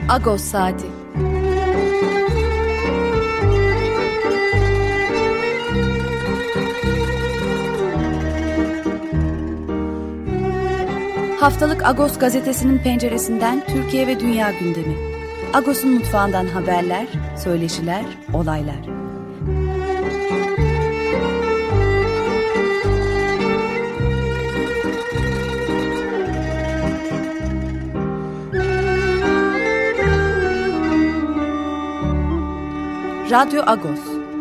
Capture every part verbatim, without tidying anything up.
Agos Saati. Haftalık Agos gazetesinin penceresinden Türkiye ve dünya gündemi. Agos'un mutfağından haberler, söyleşiler, olaylar. Radyo Agos.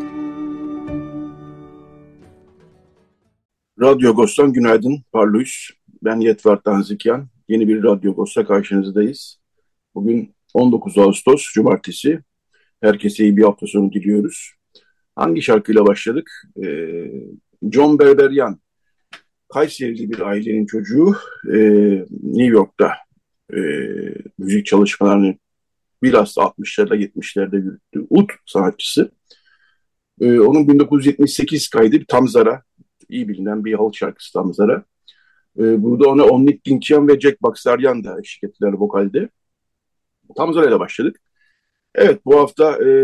Radyo Agos'tan günaydın, parlıyız. Ben Yetvar Tanzikyan. Yeni bir Radyo Agos'ta karşınızdayız. Bugün on dokuz Ağustos, Cumartesi. Herkese iyi bir hafta sonu diliyoruz. Hangi şarkıyla başladık? Ee, John Berberian, Kayserili bir ailenin çocuğu. Ee, New York'ta e, müzik çalışmalarını bilhassa altmışlarda yetmişlerde yürüttü. Ud sanatçısı. Ee, onun bin dokuz yüz yetmiş sekiz kaydı bir Tamzara, iyi bilinen bir halk şarkısı Tamzara. Ee, burada ona Onnik Dinkyan ve Jack Baksaryan da eşlik ettiler vokalde. Tamzara ile başladık. Evet, bu hafta e,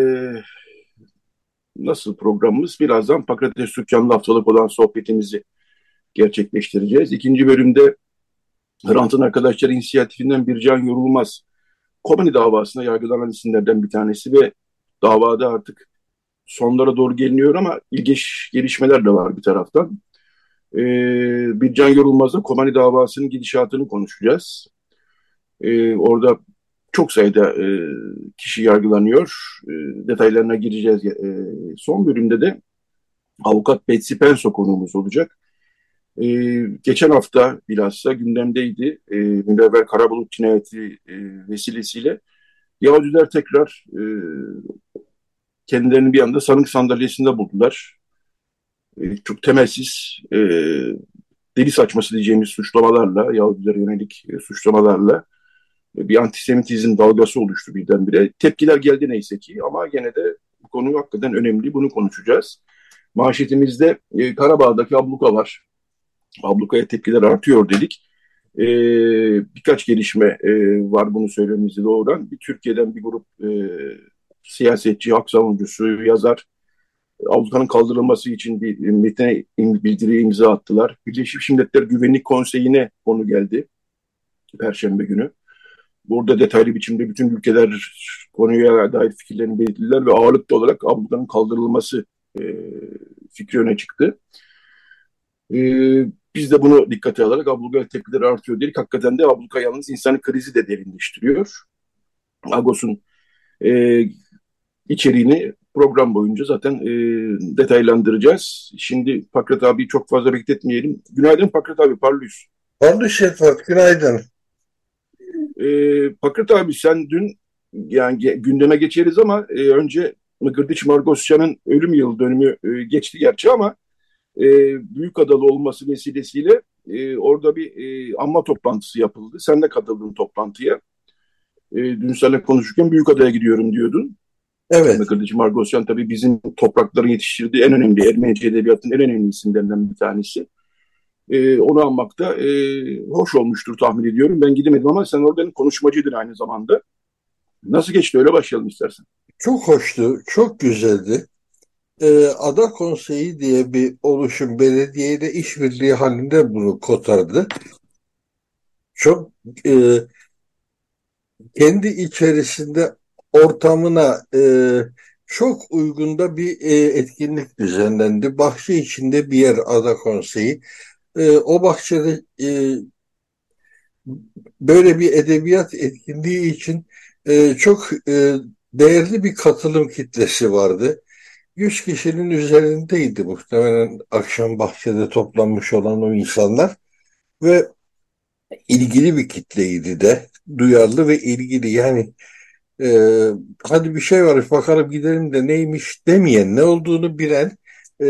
nasıl programımız? Birazdan Pakrates Tükkan'la haftalık olan sohbetimizi gerçekleştireceğiz. İkinci bölümde Hrant'ın Arkadaşları inisiyatifinden Bircan Yorulmaz, Kobani davasında yargılanan isimlerden bir tanesi ve davada artık sonlara doğru geliniyor ama ilginç gelişmeler de var bir taraftan. Ee, Bircan Yorulmaz'la Kobani davasının gidişatını konuşacağız. Ee, orada çok sayıda e, kişi yargılanıyor. E, detaylarına gireceğiz. E, son bölümde de avukat Betsy Penso konuğumuz olacak. E, geçen hafta bilhassa gündemdeydi. E, Münevver Karabulut cinayeti e, vesilesiyle Yahudiler tekrar e, kendilerini bir anda sanık sandalyesinde buldular. E, çok temelsiz, e, deli saçması diyeceğimiz suçlamalarla, Yahudilere yönelik e, suçlamalarla e, bir antisemitizm dalgası oluştu birdenbire. Tepkiler geldi neyse ki ama gene de bu konu hakikaten önemli. Bunu konuşacağız. Manşetimizde e, Karabağ'daki abluka var. Ablukaya tepkiler artıyor dedik. E, birkaç gelişme e, var bunu söylememizi doğuran. Bir Türkiye'den bir grup e, siyasetçi, hak savunucusu, yazar ablukanın kaldırılması için bir metne bildiri imza attılar. Birleşmiş Milletler Güvenlik Konseyi'ne konu geldi Perşembe günü. Burada detaylı biçimde bütün ülkeler konuya dair fikirlerini belirttiler ve ağırlıklı olarak ablukanın kaldırılması e, fikri öne çıktı. E, biz de bunu dikkate alarak ablukaya tepkileri artıyor dedik. Hakikaten de abluka yalnız insanı krizi de derinleştiriyor. Agos'un e, içeriğini program boyunca zaten e, detaylandıracağız. Şimdi Pakrat abi çok fazla bekletmeyelim. Günaydın Pakrat abi, parlıyız. Parlıyız Şefkat, günaydın. E, Pakrat abi sen dün, yani gündeme geçeriz ama e, önce Mıgırdiç Margosyan'ın ölüm yıl dönümü e, geçti gerçi ama e, Büyükadalı olması vesilesiyle e, orada bir e, anma toplantısı yapıldı. Sen de katıldın toplantıya. E, dün seninle konuşurken Büyükada'ya gidiyorum diyordun. Evet. Mıgırdiç Margosyan tabii bizim toprakların yetiştirdiği en önemli, Ermenice edebiyatının en önemli isimlerinden bir tanesi. Ee, onu anmak da e, hoş olmuştur tahmin ediyorum. Ben gidemedim ama sen oradan konuşmacıydın aynı zamanda. Nasıl geçti? Öyle başlayalım istersen. Çok hoştu, çok güzeldi. Ee, Ada Konseyi diye bir oluşum belediyeyle işbirliği halinde bunu kotardı. Çok e, kendi içerisinde ortamına e, çok uygunda bir e, etkinlik düzenlendi. Bahçe içinde bir yer Ada Konseyi. E, o bahçede e, böyle bir edebiyat etkinliği için e, çok e, değerli bir katılım kitlesi vardı. yüz kişinin üzerindeydi muhtemelen akşam bahçede toplanmış olan o insanlar ve ilgili bir kitleydi de, duyarlı ve ilgili, yani e, hadi bir şey var bakalım gidelim de neymiş demeyen, ne olduğunu bilen, e,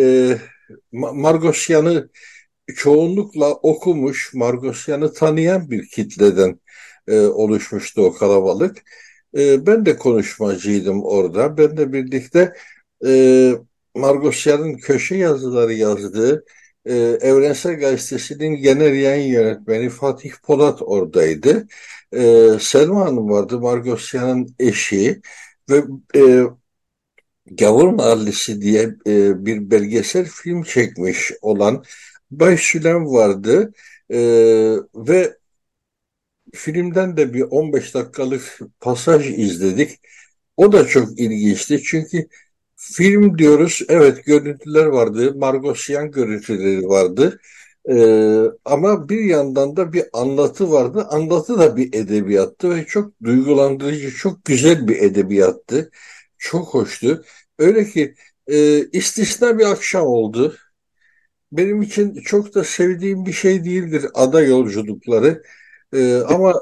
Margosyan'ı çoğunlukla okumuş, Margosyan'ı tanıyan bir kitleden e, oluşmuştu o kalabalık. E, ben de konuşmacıydım orada. Ben de birlikte e, Margosyan'ın köşe yazıları yazdığı e, Evrensel Gazetesi'nin genel yayın yönetmeni Fatih Polat oradaydı. E, Selma Hanım vardı, Margosyan'ın eşi ve e, Gavur Mahallesi diye e, bir belgesel film çekmiş olan Bay Sülem vardı. E, ve filmden de bir on beş dakikalık pasaj izledik. O da çok ilginçti çünkü film diyoruz, evet, görüntüler vardı, Margosyan görüntüleri vardı. Ee, ama bir yandan da bir anlatı vardı. Anlatı da bir edebiyattı ve çok duygulandırıcı, çok güzel bir edebiyattı. Çok hoştu. Öyle ki e, istisna bir akşam oldu. Benim için çok da sevdiğim bir şey değildir ada yolculukları. Ee, ama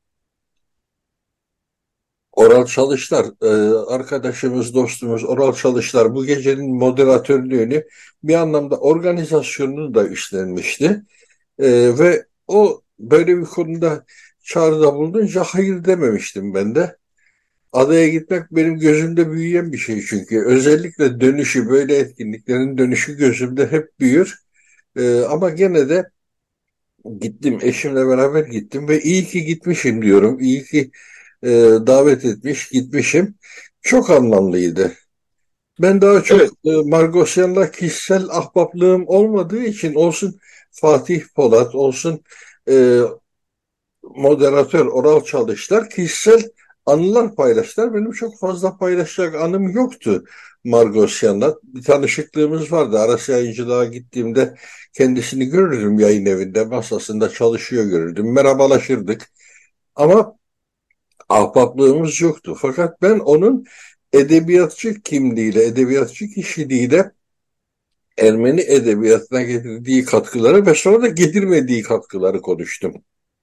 Oral Çalışlar, e, arkadaşımız, dostumuz Oral Çalışlar bu gecenin moderatörlüğünü, bir anlamda organizasyonunu da üstlenmişti. E, ve o böyle bir konuda çağrıda bulununca hayır dememiştim ben de. Adaya gitmek benim gözümde büyüyen bir şey çünkü. Özellikle dönüşü, böyle etkinliklerin dönüşü gözümde hep büyür. E, ama gene de gittim, eşimle beraber gittim ve iyi ki gitmişim diyorum. İyi ki e, davet etmiş, gitmişim. Çok anlamlıydı. Ben daha çok Evet, e, Margosyan'la kişisel ahbaplığım olmadığı için, olsun Fatih Polat, olsun e, moderatör Oral Çalışlar, kişisel anılar paylaştılar. Benim çok fazla paylaşacak anım yoktu Margosyan'la. Bir tanışıklığımız vardı. Aras Yayıncılığa gittiğimde kendisini görürdüm, yayın evinde masasında çalışıyor görürdüm. Merhabalaşırdık. Ama ahbaplığımız yoktu. Fakat ben onun edebiyatçı kimliğiyle, edebiyatçı kişiliğiyle Ermeni edebiyatına getirdiği katkıları ve sonra da getirmediği katkıları konuştum.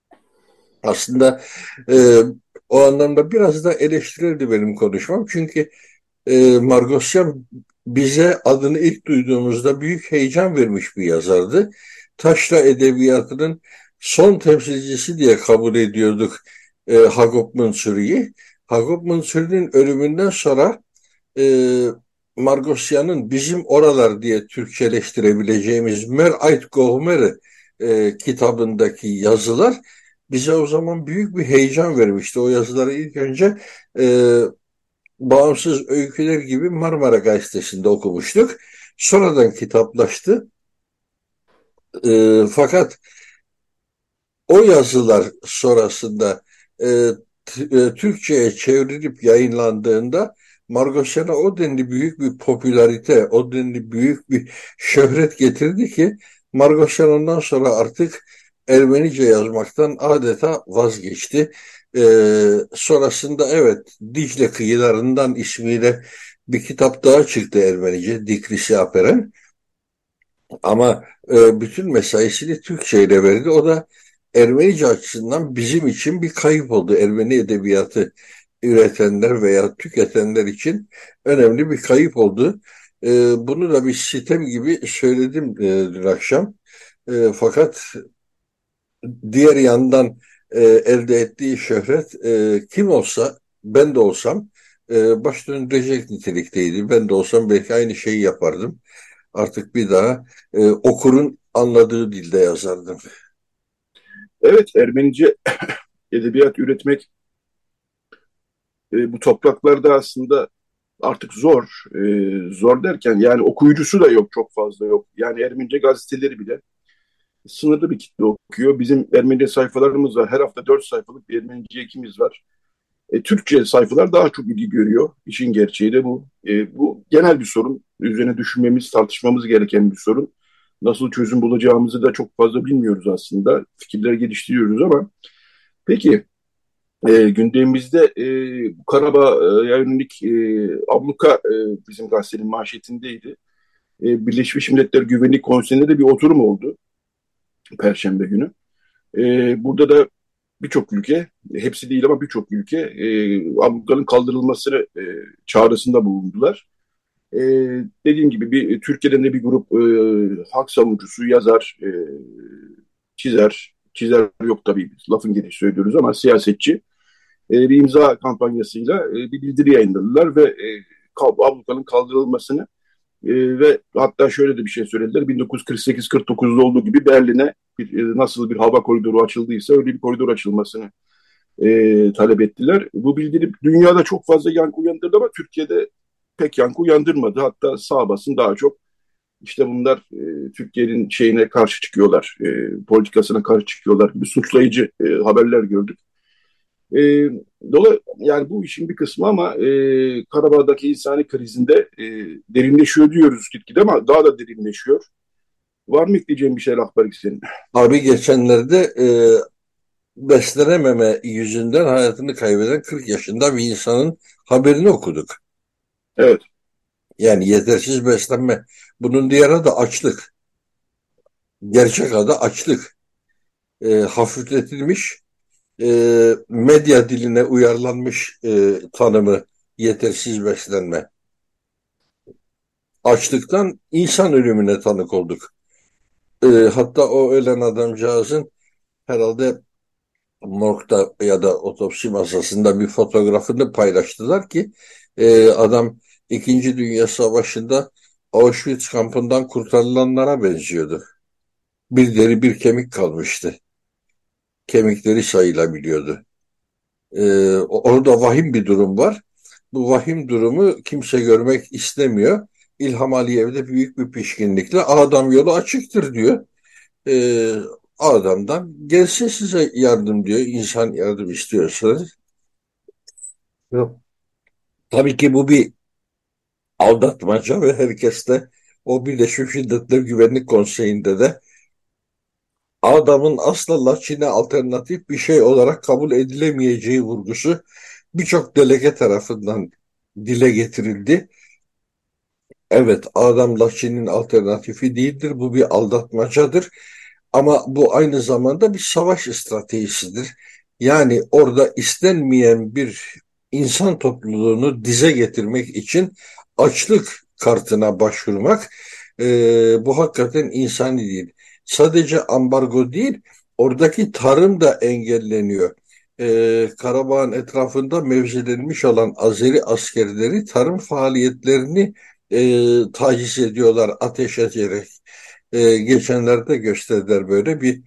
Aslında e, o anlamda biraz da eleştirildi benim konuşmam. Çünkü e, Margosyan bize adını ilk duyduğumuzda büyük heyecan vermiş bir yazardı. Taşra Edebiyatı'nın son temsilcisi diye kabul ediyorduk e, Hagop Mınçuri'yi. Hagop Mınçuri'nin ölümünden sonra e, Margosyan'ın Bizim Oralar diye Türkçeleştirebileceğimiz Mer Ait Gohmeri e, kitabındaki yazılar bize o zaman büyük bir heyecan vermişti. O yazıları ilk önce e, Bağımsız Öyküler gibi Marmara Gazetesi'nde okumuştuk. Sonradan kitaplaştı. E, fakat o yazılar sonrasında e, t- e, Türkçe'ye çevrilip yayınlandığında Margosyan'a o denli büyük bir popülarite, o denli büyük bir şöhret getirdi ki Margosyan ondan sonra artık Ermenice yazmaktan adeta vazgeçti. E, sonrasında evet, Dicle Kıyılarından ismiyle bir kitap daha çıktı Ermenice, Dikrisi Aperen. Ama e, bütün mesaisini Türkçe ile verdi. O da Ermenice açısından bizim için bir kayıp oldu. Ermeni edebiyatı üretenler veya tüketenler için önemli bir kayıp oldu. E, bunu da bir sitem gibi söyledim e, dün akşam. E, fakat diğer yandan e, elde ettiği şöhret, e, kim olsa, ben de olsam e, baş döndürecek nitelikteydi. Ben de olsam belki aynı şeyi yapardım. Artık bir daha e, okurun anladığı dilde yazardım. evet, Ermenice edebiyat üretmek e, bu topraklarda aslında artık zor. E, zor derken yani okuyucusu da yok, çok fazla yok. Yani Ermenice gazeteleri bile sınırlı bir kitle okuyor. Bizim Ermenice sayfalarımız var. Her hafta dört sayfalık bir Ermenice ekimiz var. E, Türkçe sayfalar daha çok ilgi görüyor. İşin gerçeği de bu. E, bu genel bir sorun. Üzerine düşünmemiz, tartışmamız gereken bir sorun. Nasıl çözüm bulacağımızı da çok fazla bilmiyoruz aslında. Fikirleri geliştiriyoruz ama. Peki, e, gündemimizde e, bu Karabağ'a yönelik e, abluka e, bizim gazetenin manşetindeydi. E, Birleşmiş Milletler Güvenlik Konseyi'nde de bir oturum oldu Perşembe günü. E, burada da birçok ülke, hepsi değil ama birçok ülke e, ablukanın kaldırılmasını e, çağrısında bulundular. E, Dediğim gibi bir Türkiye'den de bir grup e, hak savunucusu, yazar, e, çizer, çizer yok tabii, lafın gelişi söylüyoruz ama siyasetçi e, bir imza kampanyasıyla e, bir bildiri yayınladılar ve e, ablukanın kaldırılmasını E, ve hatta şöyle de bir şey söylediler. bin dokuz yüz kırk sekiz kırk dokuzda olduğu gibi Berlin'e bir, e, nasıl bir hava koridoru açıldıysa öyle bir koridor açılmasını e, talep ettiler. Bu bildiri dünyada çok fazla yankı uyandırdı ama Türkiye'de pek yankı uyandırmadı. Hatta sağ basın daha çok işte bunlar e, Türkiye'nin şeyine karşı çıkıyorlar, e, politikasına karşı çıkıyorlar gibi suçlayıcı e, haberler gördük. E, dola, yani bu işin bir kısmı ama e, Karabağ'daki insani krizinde e, derinleşiyor diyoruz gitgide ama daha da derinleşiyor. Var mı ekleyeceğin bir şey Rahbar senin? Abi geçenlerde e, beslenememe yüzünden hayatını kaybeden kırk yaşında bir insanın haberini okuduk. Evet, Yani yetersiz beslenme. Bunun diğer adı açlık. Gerçek adı açlık. E, hafifletilmiş, e, medya diline uyarlanmış e, tanımı yetersiz beslenme. Açlıktan insan ölümüne tanık olduk. E, hatta o ölen adamcağızın herhalde morgda ya da otopsi masasında bir fotoğrafını paylaştılar ki e, adam İkinci Dünya Savaşı'nda Auschwitz kampından kurtarılanlara benziyordu. Bir deri bir kemik kalmıştı. Kemikleri sayılabiliyordu. E, orada vahim bir durum var. Bu vahim durumu kimse görmek istemiyor. İlham Aliyev de büyük bir pişkinlikle adam yolu açıktır diyor. E, adamdan gelsin size yardım diyor. İnsan yardım istiyorsanız. Yok. Tabii ki bu bir aldatmaca ve herkes de o Birleşmiş Milletler Güvenlik Konseyi'nde de adamın asla Laçin'e alternatif bir şey olarak kabul edilemeyeceği vurgusu birçok delege tarafından dile getirildi. Evet, adam Laçin'in alternatifi değildir. Bu bir aldatmacadır. Ama bu aynı zamanda bir savaş stratejisidir. Yani orada istenmeyen bir insan topluluğunu dize getirmek için açlık kartına başvurmak e, bu hakikaten insani değil. Sadece ambargo değil, oradaki tarım da engelleniyor. E, Karabağ'ın etrafında mevzilenmiş olan Azeri askerleri tarım faaliyetlerini e, taciz ediyorlar ateş ederek. E, geçenlerde gösterdiler böyle bir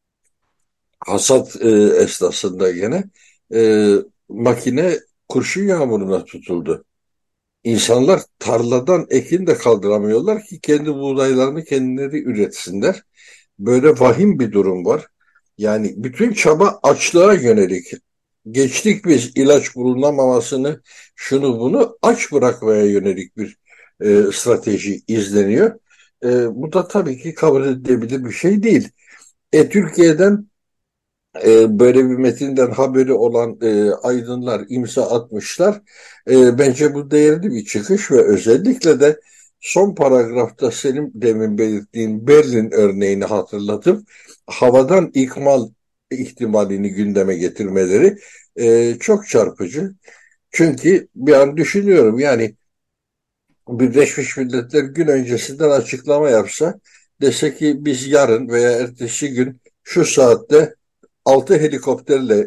hasat e, esnasında gene e, makine kurşun yağmuruna tutuldu. İnsanlar tarladan ekin de kaldıramıyorlar ki kendi buğdaylarını kendileri üretsinler. Böyle vahim bir durum var. Yani bütün çaba açlığa yönelik. Geçtik biz ilaç bulunamamasını, şunu bunu aç bırakmaya yönelik bir e, strateji izleniyor. E, bu da tabii ki kabul edilebilir bir şey değil. E, Türkiye'den e, böyle bir metinden haberi olan e, aydınlar imza atmışlar. E, bence bu değerli bir çıkış ve özellikle de son paragrafta senin demin belirttiğin Berlin örneğini hatırlatıp havadan ikmal ihtimalini gündeme getirmeleri e, çok çarpıcı. Çünkü bir an düşünüyorum yani Birleşmiş Milletler gün öncesinden açıklama yapsa dese ki biz yarın veya ertesi gün şu saatte altı helikopterle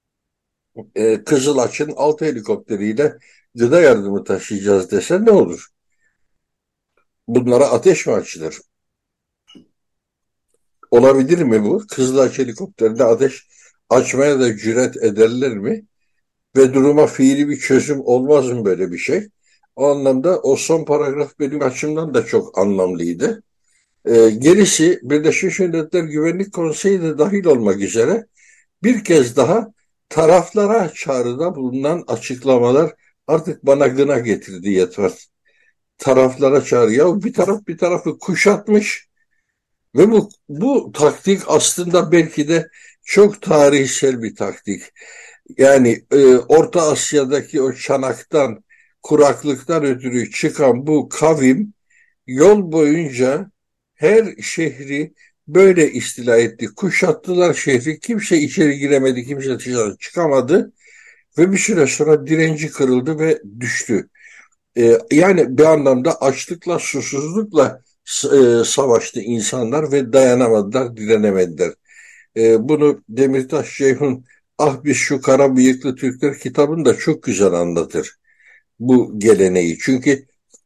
e, Kızılaç'ın altı helikopteriyle gıda yardımı taşıyacağız dese ne olur? Bunlara ateş mi açılır? Olabilir mi bu? Kızılaç helikopterine ateş açmaya da cüret ederler mi? Ve duruma fiili bir çözüm olmaz mı böyle bir şey? O anlamda o son paragraf benim açımdan da çok anlamlıydı. E, gerisi Birleşmiş Milletler Güvenlik Konseyi de dahil olmak üzere bir kez daha taraflara çağrıda bulunan açıklamalar artık bana gına getirdi yeter. Taraflara çağrı. Ya bir taraf bir tarafı kuşatmış ve bu, bu taktik aslında belki de çok tarihsel bir taktik. Yani e, Orta Asya'daki o çanaktan, kuraklıktan ötürü çıkan bu kavim yol boyunca her şehri böyle istila etti. Kuşattılar şehri. Kimse içeri giremedi, kimse dışarı çıkamadı. Ve bir süre sonra direnci kırıldı ve düştü. Ee, yani bir anlamda açlıkla, susuzlukla e, savaştı insanlar ve dayanamadılar, direnemediler. Ee, bunu Demirtaş Ceyhun Ah Biz Şu Kara Bıyıklı Türkler kitabında çok güzel anlatır bu geleneği. Çünkü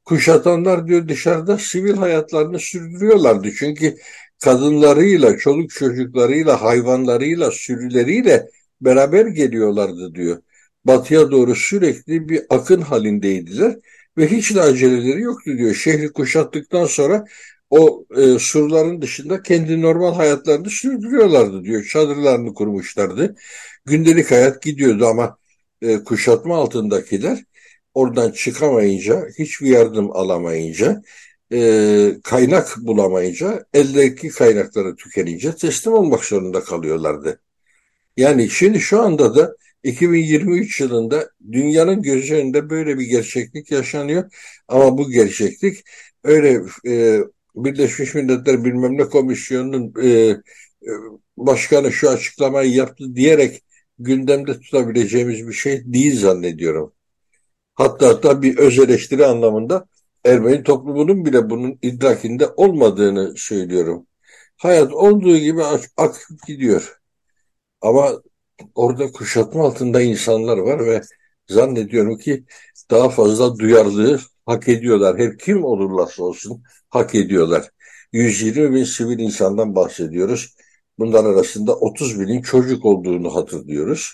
Kuşatanlar diyor dışarıda sivil hayatlarını sürdürüyorlardı. Çünkü kadınlarıyla, çoluk çocuklarıyla, hayvanlarıyla, sürüleriyle beraber geliyorlardı diyor. Batıya doğru sürekli bir akın halindeydiler ve hiç de aceleleri yoktu diyor. Şehri kuşattıktan sonra o e, surların dışında kendi normal hayatlarını sürdürüyorlardı diyor. Çadırlarını kurmuşlardı. Gündelik hayat gidiyordu ama e, kuşatma altındakiler oradan çıkamayınca, hiçbir yardım alamayınca, e, kaynak bulamayınca, eldeki kaynakları tükenince teslim olmak zorunda kalıyorlardı. Yani şimdi şu anda da iki bin yirmi üç yılında dünyanın gözü önünde böyle bir gerçeklik yaşanıyor. Ama bu gerçeklik öyle e, Birleşmiş Milletler bilmem ne komisyonunun e, e, başkanı şu açıklamayı yaptı diyerek gündemde tutabileceğimiz bir şey değil zannediyorum. Hatta hatta bir öz eleştiri anlamında Ermeni toplumunun bile bunun idrakinde olmadığını söylüyorum. Hayat olduğu gibi ak- akıp gidiyor. Ama orada kuşatma altında insanlar var ve zannediyorum ki daha fazla duyarlılığı hak ediyorlar. Her kim olurlarsa olsun hak ediyorlar. yüz yirmi bin sivil insandan bahsediyoruz. Bunlar arasında otuz binin çocuk olduğunu hatırlıyoruz.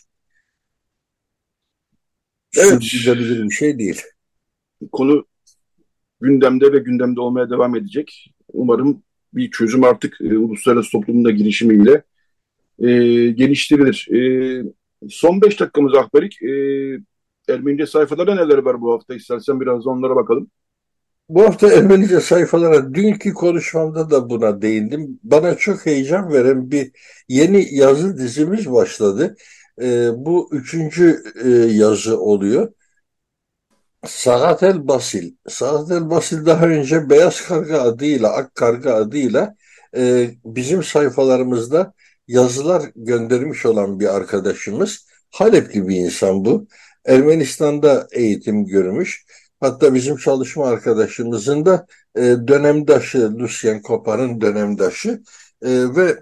Evet, Sürdürülebilir bir şey değil. konu gündemde ve gündemde olmaya devam edecek. Umarım bir çözüm artık e, uluslararası toplumun da girişimiyle e, geliştirilir. E, son beş dakikamız Akberik. E, Ermenice sayfalarda neler var bu hafta? İstersen biraz da onlara bakalım. Bu hafta Ermenice sayfalara dünkü konuşmamda da buna değindim. Bana çok heyecan veren bir yeni yazı dizimiz başladı. Ee, bu üçüncü e, yazı oluyor. Saat el Basil. Saat el Basil daha önce Beyaz Karga adıyla, Ak Karga adıyla e, bizim sayfalarımızda yazılar göndermiş olan bir arkadaşımız. Halepli bir insan bu. Ermenistan'da eğitim görmüş. Hatta bizim çalışma arkadaşımızın da e, dönemdaşı, Lucien Kopar'ın dönemdaşı. E, ve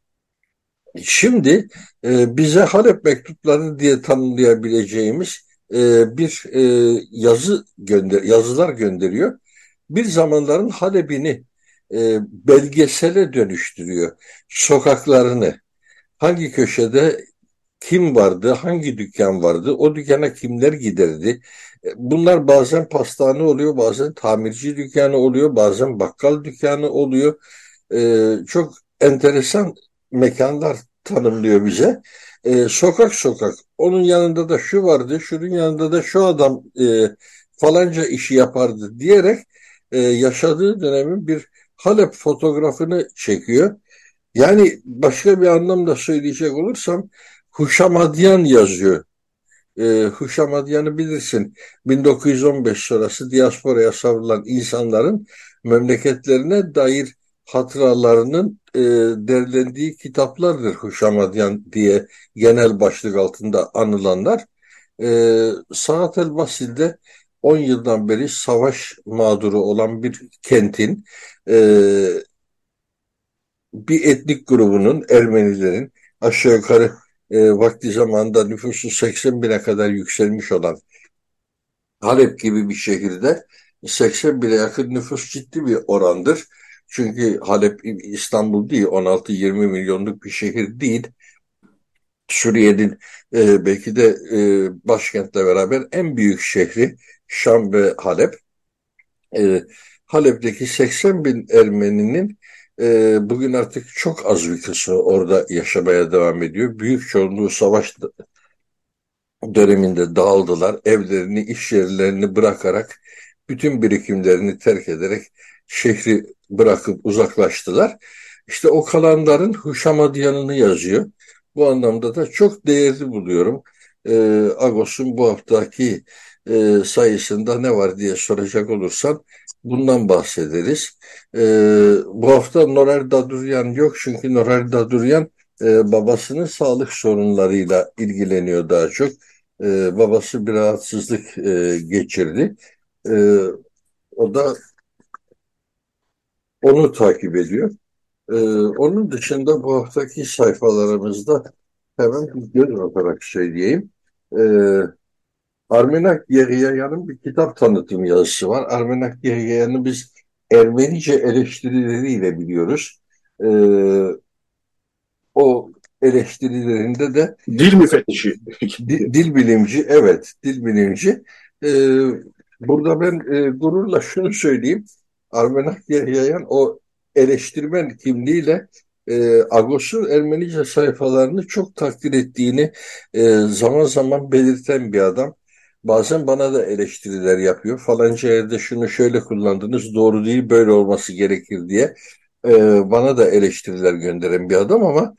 Şimdi e, bize Halep mektupları diye tanımlayabileceğimiz e, bir e, yazı gönder yazılar gönderiyor. Bir zamanların Halep'ini e, belgesele dönüştürüyor. Sokaklarını, hangi köşede kim vardı, hangi dükkan vardı, o dükkana kimler giderdi. E, Bunlar bazen pastane oluyor, bazen tamirci dükkanı oluyor, bazen bakkal dükkanı oluyor. E, çok enteresan mekanlar tanımlıyor bize. E, sokak sokak, onun yanında da şu vardı, şunun yanında da şu adam e, falanca işi yapardı diyerek e, yaşadığı dönemin bir Halep fotoğrafını çekiyor. Yani başka bir anlamda söyleyecek olursam Huşamadyan yazıyor. Ee, Huşamadyan'ı bilirsin. bin dokuz yüz on beş sonrası diasporaya savrulan insanların memleketlerine dair hatıralarının e, derlendiği kitaplardır Huşamadyan diye genel başlık altında anılanlar. Ee, Saat el Basil'de on yıldan beri savaş mağduru olan bir kentin e, bir etnik grubunun, Ermenilerin aşağı yukarı e, vakti zamanında nüfusu seksen bine kadar yükselmiş olan Halep gibi bir şehirde seksen bine yakın nüfus ciddi bir orandır. Çünkü Halep İstanbul değil, on altı yirmi milyonluk bir şehir değil. Suriye'nin e, belki de e, başkentle beraber en büyük şehri Şam ve Halep. E, Halep'teki seksen bin Ermeninin e, bugün artık çok az bir kısmı orada yaşamaya devam ediyor. Büyük çoğunluğu savaş döneminde dağıldılar. Evlerini, iş yerlerini bırakarak, bütün birikimlerini terk ederek şehri bırakıp uzaklaştılar. İşte o kalanların Huşamadyan'ını yazıyor. Bu anlamda da çok değerli buluyorum. Ee, Agos'un bu haftaki e, sayısında ne var diye soracak olursan bundan bahsederiz. Ee, bu hafta Norer Daduryan yok çünkü Norer Daduryan e, babasının sağlık sorunlarıyla ilgileniyor daha çok. Ee, babası bir rahatsızlık e, geçirdi. Ee, O da onu takip ediyor. Ee, onun dışında bu haftaki sayfalarımızda hemen bir göz atarak söyleyeyim. Ee, Armenak Yeryayan'ın bir kitap tanıtım yazısı var. Armenak Yeryayan'ı biz Ermenice eleştirileriyle biliyoruz. Ee, O eleştirilerinde de Dil müfettişi. Di- dil bilimci, evet, dil bilimci. Ee, Burada ben e, gururla şunu söyleyeyim. Armenak Yahyayan o eleştirmen kimliğiyle e, Agos'un Ermenice sayfalarını çok takdir ettiğini e, zaman zaman belirten bir adam. Bazen bana da eleştiriler yapıyor. Falanca yerde şunu şöyle kullandınız, doğru değil, böyle olması gerekir diye e, bana da eleştiriler gönderen bir adam ama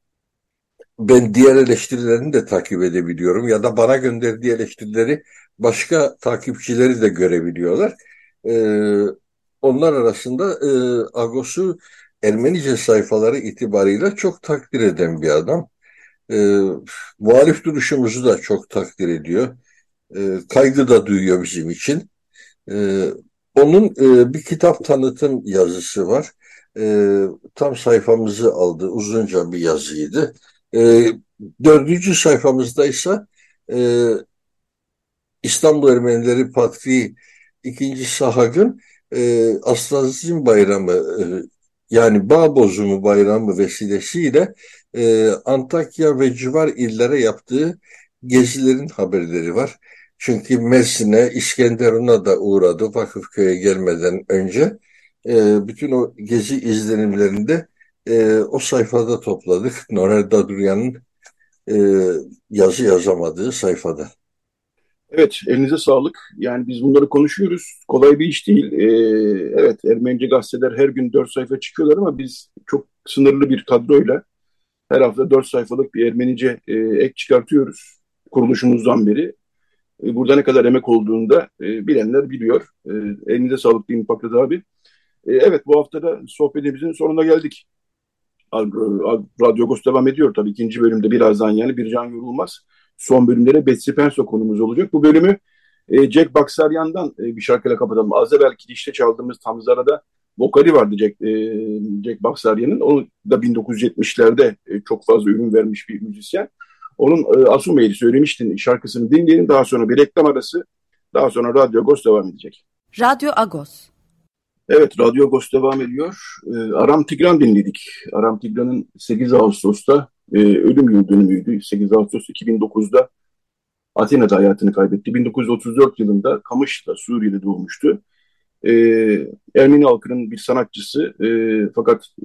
ben diğer eleştirilerini de takip edebiliyorum ya da bana gönderdiği eleştirileri başka takipçileri de görebiliyorlar. Ee, Onlar arasında e, Agos'u Ermenice sayfaları itibarıyla çok takdir eden bir adam. Ee, Muhalif duruşumuzu da çok takdir ediyor. Ee, kaygı da duyuyor bizim için. Ee, Onun e, bir kitap tanıtım yazısı var. Ee, tam sayfamızı aldı. Uzunca bir yazıydı. Ee, Dördüncü sayfamızda ise e, İstanbul Ermenileri Patriği ikinci. Sahag'ın e, Aslazin Bayramı e, yani Bağ Bozumu Bayramı vesilesiyle e, Antakya ve civar illere yaptığı gezilerin haberleri var. Çünkü Mersin'e, İskenderun'a da uğradı Vakıfköy'e gelmeden önce. E, bütün o gezi izlenimlerini de e, o sayfada topladık. Norer Daduryan'ın e, yazı yazamadığı sayfada. Evet, elinize sağlık. Yani biz bunları konuşuyoruz. Kolay bir iş değil. Ee, evet, Ermenice gazeteler her gün dört sayfa çıkıyorlar ama biz çok sınırlı bir kadroyla her hafta dört sayfalık bir Ermenice e, ek çıkartıyoruz kuruluşumuzdan beri. E, burada ne kadar emek olduğunu da e, bilenler biliyor. E, elinize sağlık diyeyim Fakret abi. E, evet, bu hafta da sohbetimizin sonuna geldik. Radyo Agos devam ediyor tabii. İkinci bölümde birazdan yani Bircan Yorulmaz. Son bölümlere Betsy Penso konumuz olacak. Bu bölümü e, Jack Baksaryan'dan e, bir şarkıyla kapatalım. Az evvel işte çaldığımız Tamzara'da vokali vardı Jack, e, Jack Baksaryan'ın. O da bin dokuz yüz yetmişlerde e, çok fazla ürün vermiş bir müzisyen. Onun e, Asume'yi söylemiştin şarkısını dinleyelim. Daha sonra bir reklam arası. Daha sonra Radyo Agos devam edecek. Radyo Agos. Evet, Radyo Agos devam ediyor. Ee, Aram Tigran dinledik. Aram Tigran'ın sekiz Ağustos'ta e, ölüm yıl dönümüydü. sekiz Ağustos iki bin dokuzda Atina'da hayatını kaybetti. bin dokuz yüz otuz dört yılında Kamış'ta, Suriye'de doğmuştu. Ee, Ermeni halkının bir sanatçısı e, fakat e,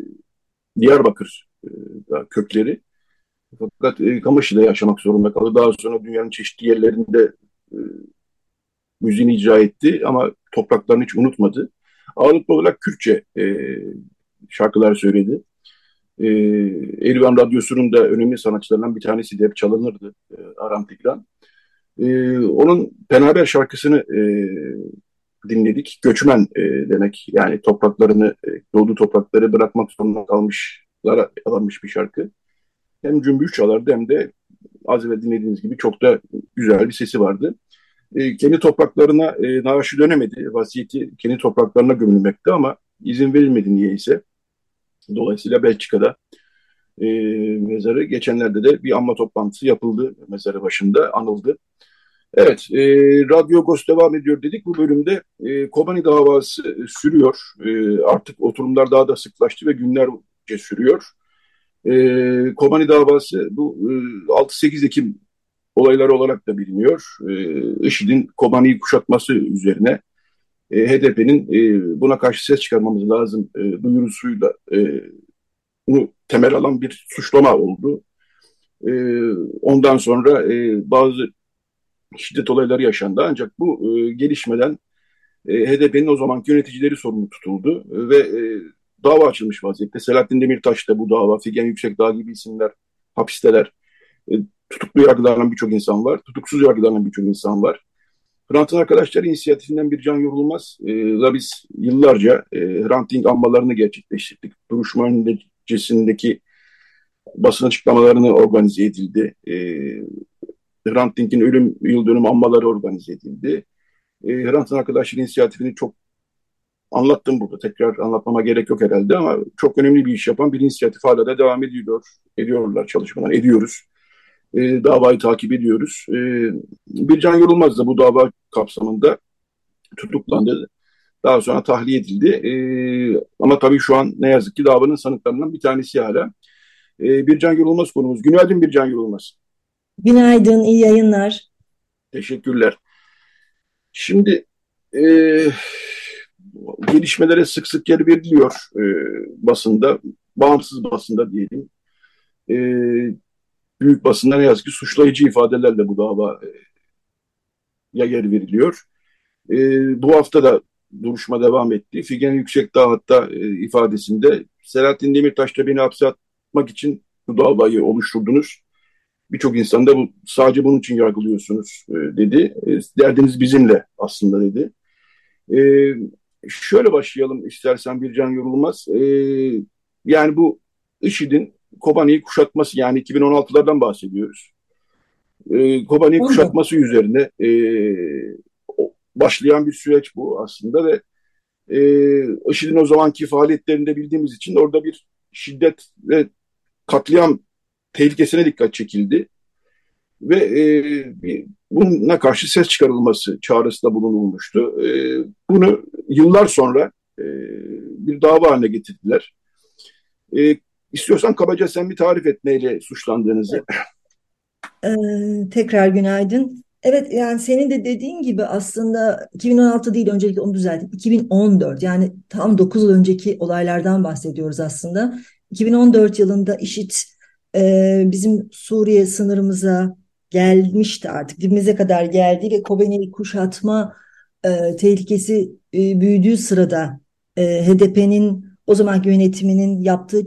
Diyarbakır'da kökleri. Fakat e, Kamış'ta yaşamak zorunda kaldı. Daha sonra dünyanın çeşitli yerlerinde e, müziğini icra etti ama topraklarını hiç unutmadı. Ağırlıklı olarak Kürtçe e, şarkılar söyledi. E, Erivan Radyosu'nun da önemli sanatçılarından bir tanesi de hep çalınırdı e, Aram Tigran. E, onun Penaber şarkısını e, dinledik. Göçmen e, demek yani topraklarını, e, doğduğu toprakları bırakmak zorunda kalmışlara alınmış bir şarkı. Hem cümbüş çalardı hem de az evvel dinlediğiniz gibi çok da güzel bir sesi vardı. E, kendi topraklarına e, naaşı dönemedi. Vasiyeti kendi topraklarına gömülmekte ama izin verilmedi niyeyse. Dolayısıyla Belçika'da e, mezarı geçenlerde de bir anma toplantısı yapıldı. Mezarı başında anıldı. Evet, e, Radyo Agos devam ediyor dedik. Bu bölümde e, Kobani davası e, sürüyor. E, artık oturumlar daha da sıklaştı ve günlerce sürüyor. E, Kobani davası bu e, altı sekiz Ekim olayları olarak da biliniyor. E, IŞİD'in Kobani'yi kuşatması üzerine e, H D P'nin e, buna karşı ses çıkarmamız lazım e, duyurusuyla e, bunu temel alan bir suçlama oldu. E, Ondan sonra e, bazı şiddet olayları yaşandı. Ancak bu e, gelişmeden e, H D P'nin o zamanki yöneticileri sorumlu tutuldu e, ve e, dava açılmış vaziyette. Selahattin Demirtaş da bu dava, Figen Yüksekdağ gibi isimler hapisteler. E, Tutuklu yargılanan birçok insan var. Tutuksuz yargılanan birçok insan var. Hrant'ın arkadaşları inisiyatifinden bir can yorulmaz. E, da biz yıllarca e, Hrant Dink anmalarını gerçekleştirdik. Duruşma öncesindeki basın açıklamalarını organize edildi. E, Hrant Dink'in ölüm yıl dönümü anmaları organize edildi. E, Hrant'ın arkadaşları inisiyatifini çok anlattım burada. Tekrar anlatmama gerek yok herhalde ama çok önemli bir iş yapan bir inisiyatif hala da devam ediyor. Ediyorlar çalışmalar, ediyoruz. e, davayı takip ediyoruz. E, Bircan Yorulmaz da bu dava kapsamında tutuklandı. Daha sonra tahliye edildi. E, ama tabii şu an ne yazık ki davanın sanıklarından bir tanesi hala. E, Bircan Yorulmaz konumuz. Günaydın Bircan Yorulmaz. Günaydın, iyi yayınlar. Teşekkürler. Şimdi e, gelişmelere sık sık yer veriliyor e, basında, bağımsız basında diyelim. E, Büyük basında ne yazık ki suçlayıcı ifadelerle bu davaya yer veriliyor. E, Bu hafta da duruşma devam etti. Figen Yüksekdağ hatta e, ifadesinde Selahattin Demirtaş da beni hapse atmak için bu davayı oluşturdunuz. Birçok insan da bu, sadece bunun için yargılıyorsunuz e, dedi. E, derdiniz bizimle aslında dedi. E, Şöyle başlayalım istersen Bircan Yorulmaz. E, yani bu IŞİD'in Kobani'yi kuşatması, yani iki bin on altılardan bahsediyoruz. E, Kobani'yi on dört. kuşatması üzerine e, başlayan bir süreç bu aslında ve e, IŞİD'in o zamanki faaliyetlerinde bildiğimiz için orada bir şiddet ve katliam tehlikesine dikkat çekildi. Ve e, buna karşı ses çıkarılması çağrısında bulunulmuştu. E, bunu yıllar sonra e, bir dava haline getirdiler. E, istiyorsan kabaca sen bir tarif et neyle suçlandığınızı. Ee, tekrar günaydın. Evet, yani senin de dediğin gibi aslında iki bin on altı değil, öncelikle onu düzelteyim. iki bin on dört, yani tam dokuz yıl önceki olaylardan bahsediyoruz aslında. iki bin on dört yılında IŞİD e, bizim Suriye sınırımıza gelmişti, artık dibimize kadar geldi ve Kobani'yi kuşatma e, tehlikesi e, büyüdüğü sırada e, H D P'nin o zamanki yönetiminin yaptığı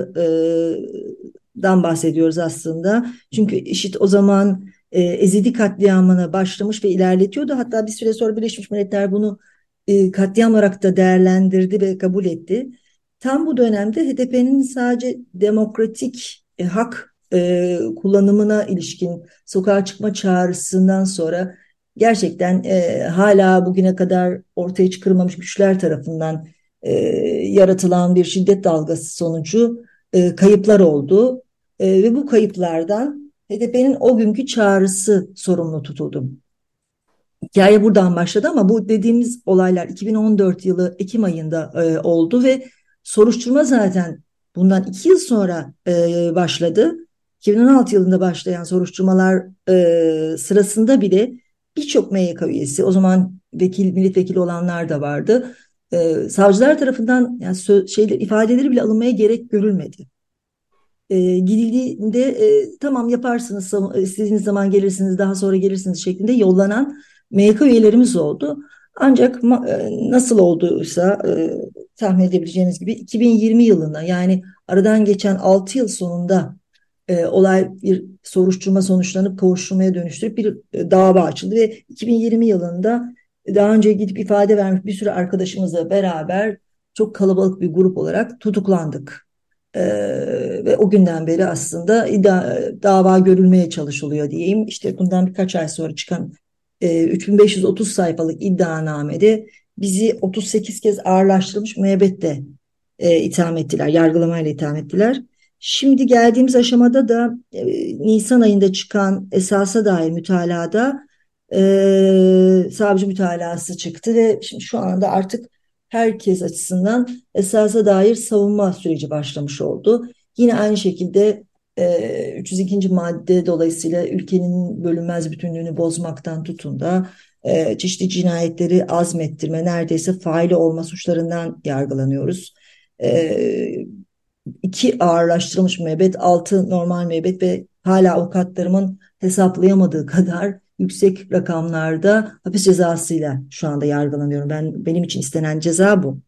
çağrıdan bahsediyoruz aslında. Çünkü IŞİD o zaman e, Ezidi katliamına başlamış ve ilerletiyordu. Hatta bir süre sonra Birleşmiş Milletler bunu e, katliam olarak da değerlendirdi ve kabul etti. Tam bu dönemde H D P'nin sadece demokratik e, hak e, kullanımına ilişkin sokağa çıkma çağrısından sonra gerçekten e, hala bugüne kadar ortaya çıkarılmamış güçler tarafından e, yaratılan bir şiddet dalgası sonucu e, kayıplar oldu. E, ve bu kayıplardan H D P'nin o günkü çağrısı sorumlu tutuldu. Hikaye buradan başladı ama bu dediğimiz olaylar iki bin on dört yılı Ekim ayında e, oldu ve soruşturma zaten bundan iki yıl sonra e, başladı. iki bin on altı yılında başlayan soruşturmalar e, sırasında bile birçok M Y K üyesi, o zaman vekil, milletvekili olanlar da vardı. E, savcılar tarafından yani sö- şeyler, ifadeleri bile alınmaya gerek görülmedi. E, gidildiğinde e, tamam yaparsınız, istediğiniz zaman gelirsiniz, daha sonra gelirsiniz şeklinde yollanan M Y K üyelerimiz oldu. Ancak e, nasıl olduysa e, tahmin edebileceğiniz gibi iki bin yirmi yılında, yani aradan geçen altı yıl sonunda e, olay bir soruşturma sonuçlanıp kovuşturmaya dönüştürüp bir e, dava açıldı ve iki bin yirmi yılında daha önce gidip ifade vermiş bir sürü arkadaşımızla beraber çok kalabalık bir grup olarak tutuklandık. Ee, ve o günden beri aslında iddia, dava görülmeye çalışılıyor diyeyim. İşte bundan birkaç ay sonra çıkan e, üç bin beş yüz otuz sayfalık iddianamede bizi otuz sekiz kez ağırlaştırılmış müebbetle e, itham ettiler, yargılamayla itham ettiler. Şimdi geldiğimiz aşamada da e, Nisan ayında çıkan esasa dair mütalada e, savcı mütalası çıktı ve şimdi şu anda artık herkes açısından esasa dair savunma süreci başlamış oldu. Yine aynı şekilde e, üç yüz ikinci madde dolayısıyla ülkenin bölünmez bütünlüğünü bozmaktan tutun da e, çeşitli cinayetleri azmettirme, neredeyse faili olma suçlarından yargılanıyoruz. E, iki ağırlaştırılmış müebbet, altı normal müebbet ve hala avukatlarımın hesaplayamadığı kadar yüksek rakamlarda hapis cezasıyla şu anda yargılanıyorum. Ben benim için istenen ceza bu.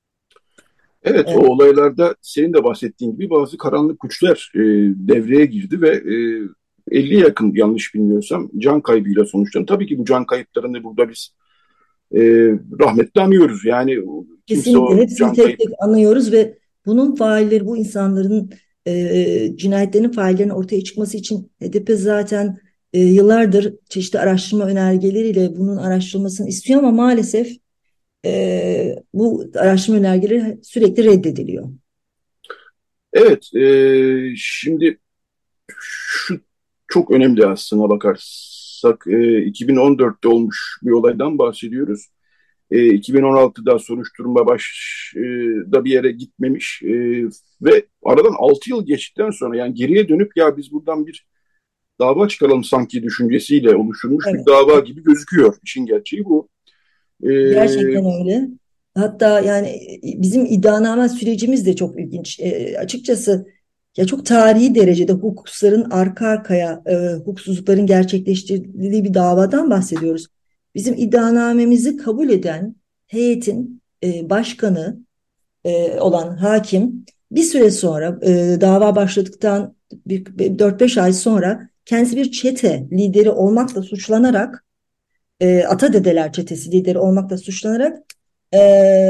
Evet, o Evet. olaylarda senin de bahsettiğin gibi bazı karanlık güçler e, devreye girdi ve e, elliye yakın, yanlış bilmiyorsam, can kaybıyla sonuçlandı. Tabii ki bu can kayıplarını burada biz e, rahmetle anıyoruz. Yani kimse Kesinlikle o hepsini can tek kayıp. tek anıyoruz ve bunun failleri, bu insanların e, cinayetlerin faillerinin ortaya çıkması için H D P zaten e, yıllardır çeşitli araştırma önergeleriyle bunun araştırılmasını istiyor ama maalesef e, bu araştırma önergeleri sürekli reddediliyor. Evet, e, şimdi şu çok önemli aslına bakarsak. E, iki bin on dörtte olmuş bir olaydan bahsediyoruz. E, iki bin on altıda soruşturma başda bir yere gitmemiş e, ve aradan altı yıl geçtikten sonra, yani geriye dönüp ya biz buradan bir dava çıkaralım sanki düşüncesiyle oluşturulmuş bir Evet, dava gibi gözüküyor. İşin gerçeği bu. E, gerçekten öyle. Hatta yani e, bizim iddianame sürecimiz de çok ilginç. E, açıkçası ya çok tarihi derecede hukuksuzların arka arkaya e, hukuksuzlukların gerçekleştirildiği bir davadan bahsediyoruz. Bizim iddianamemizi kabul eden heyetin e, başkanı e, olan hakim bir süre sonra e, dava başladıktan bir, bir dört beş ay sonra kendisi bir çete lideri olmakla suçlanarak e, Atadedeler çetesi lideri olmakla suçlanarak e,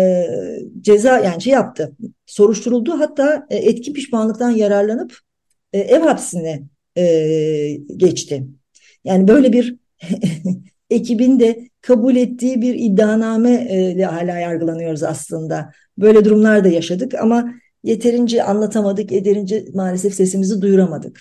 ceza yani şey yaptı. Soruşturuldu. Hatta e, etkin pişmanlıktan yararlanıp e, ev hapsine e, geçti. Yani böyle bir ekibin de kabul ettiği bir iddianame ile hala yargılanıyoruz aslında. Böyle durumlar da yaşadık ama yeterince anlatamadık, yeterince maalesef sesimizi duyuramadık.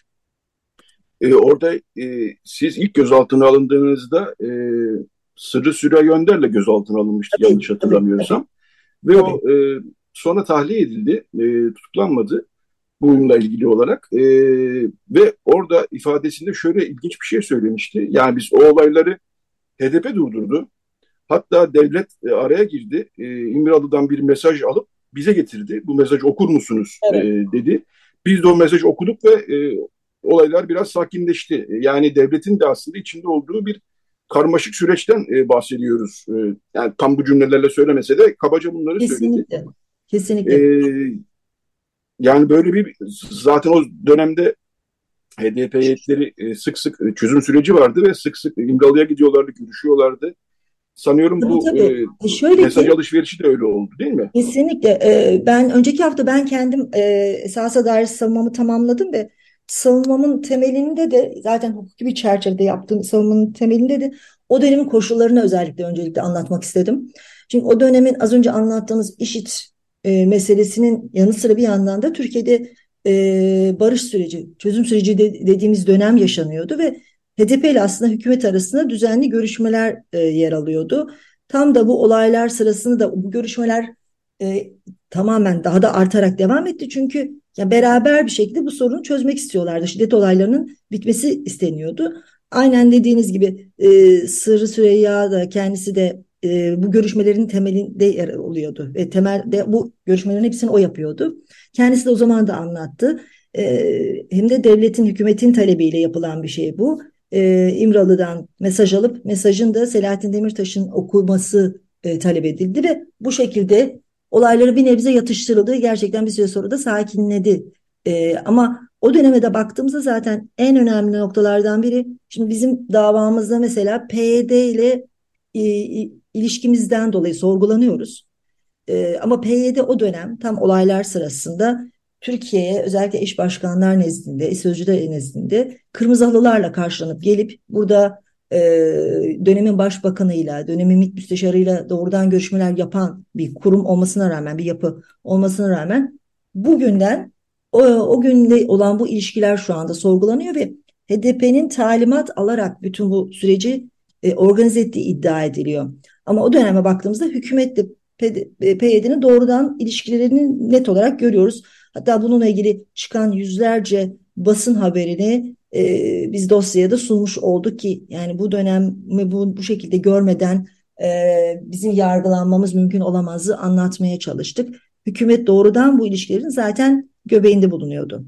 e, orada e, siz ilk gözaltına alındığınızda e, Sırrı Süreyya Önder'le gözaltına alınmıştı Tabii, yanlış tabii, tabii, hatırlamıyorsam. Ve tabii. o e, sonra tahliye edildi, e, tutuklanmadı bununla ilgili olarak. E, ve orada ifadesinde şöyle ilginç bir şey söylemişti. Yani biz o olayları H D P durdurdu. Hatta devlet e, araya girdi. E, İmralı'dan bir mesaj alıp bize getirdi. Bu mesajı okur musunuz e, Evet. dedi. Biz de o mesajı okuduk ve e, olaylar biraz sakinleşti. Yani devletin de aslında içinde olduğu bir karmaşık süreçten e, bahsediyoruz. E, yani tam bu cümlelerle söylemese de kabaca bunları söyledi. Kesinlikle. Kesinlikle. E, yani böyle bir zaten o dönemde H D P heyetleri e, sık sık e, çözüm süreci vardı ve sık sık İmralı'ya gidiyorlardı, görüşüyorlardı. Sanıyorum Tabii bu tabii. e, E şöyle mesaj ki alışverişi de öyle oldu değil mi? kesinlikle e, ben önceki hafta ben kendim e, esasa dair savunmamı tamamladım ve savunmamın temelinde de zaten hukuki bir çerçevede yaptığım savunmanın temelinde de o dönemin koşullarını özellikle öncelikle anlatmak istedim. Çünkü o dönemin az önce anlattığımız IŞİD e, meselesinin yanı sıra bir yandan da Türkiye'de e, barış süreci, çözüm süreci de, dediğimiz dönem yaşanıyordu ve H D P ile aslında hükümet arasında düzenli görüşmeler e, yer alıyordu. Tam da bu olaylar sırasında da bu görüşmeler e, tamamen daha da artarak devam etti. Çünkü ya beraber bir şekilde bu sorunu çözmek istiyorlardı. Şiddet olaylarının bitmesi isteniyordu. Aynen dediğiniz gibi e, Sırrı Süreyya da kendisi de e, bu görüşmelerin temelinde yer oluyordu. Ve temelde bu görüşmelerin hepsini o yapıyordu. Kendisi de o zaman da anlattı. E, hem de devletin, hükümetin talebiyle yapılan bir şey bu. E, İmralı'dan mesaj alıp mesajın da Selahattin Demirtaş'ın okuması e, talep edildi ve bu şekilde olayları bir nebze yatıştırıldı. Gerçekten bir süre sonra da sakinledi. E, ama o döneme de baktığımızda zaten en önemli noktalardan biri, şimdi bizim davamızda mesela P Y D ile e, ilişkimizden dolayı sorgulanıyoruz. E, ama P Y D o dönem tam olaylar sırasında Türkiye'ye özellikle eş başkanlar nezdinde, sözcüler nezdinde kırmızı halılarla karşılanıp gelip burada e, dönemin başbakanıyla, dönemin MİT müsteşarıyla doğrudan görüşmeler yapan bir kurum olmasına rağmen, bir yapı olmasına rağmen bugünden o, o günde olan bu ilişkiler şu anda sorgulanıyor ve H D P'nin talimat alarak bütün bu süreci e, organize ettiği iddia ediliyor. Ama o döneme baktığımızda hükümetle P Y D'nin doğrudan ilişkilerini net olarak görüyoruz. Hatta bununla ilgili çıkan yüzlerce basın haberini e, biz dosyaya da sunmuş olduk ki yani bu dönemi bu, bu şekilde görmeden e, bizim yargılanmamız mümkün olamazı anlatmaya çalıştık. Hükümet doğrudan bu ilişkilerin zaten göbeğinde bulunuyordu.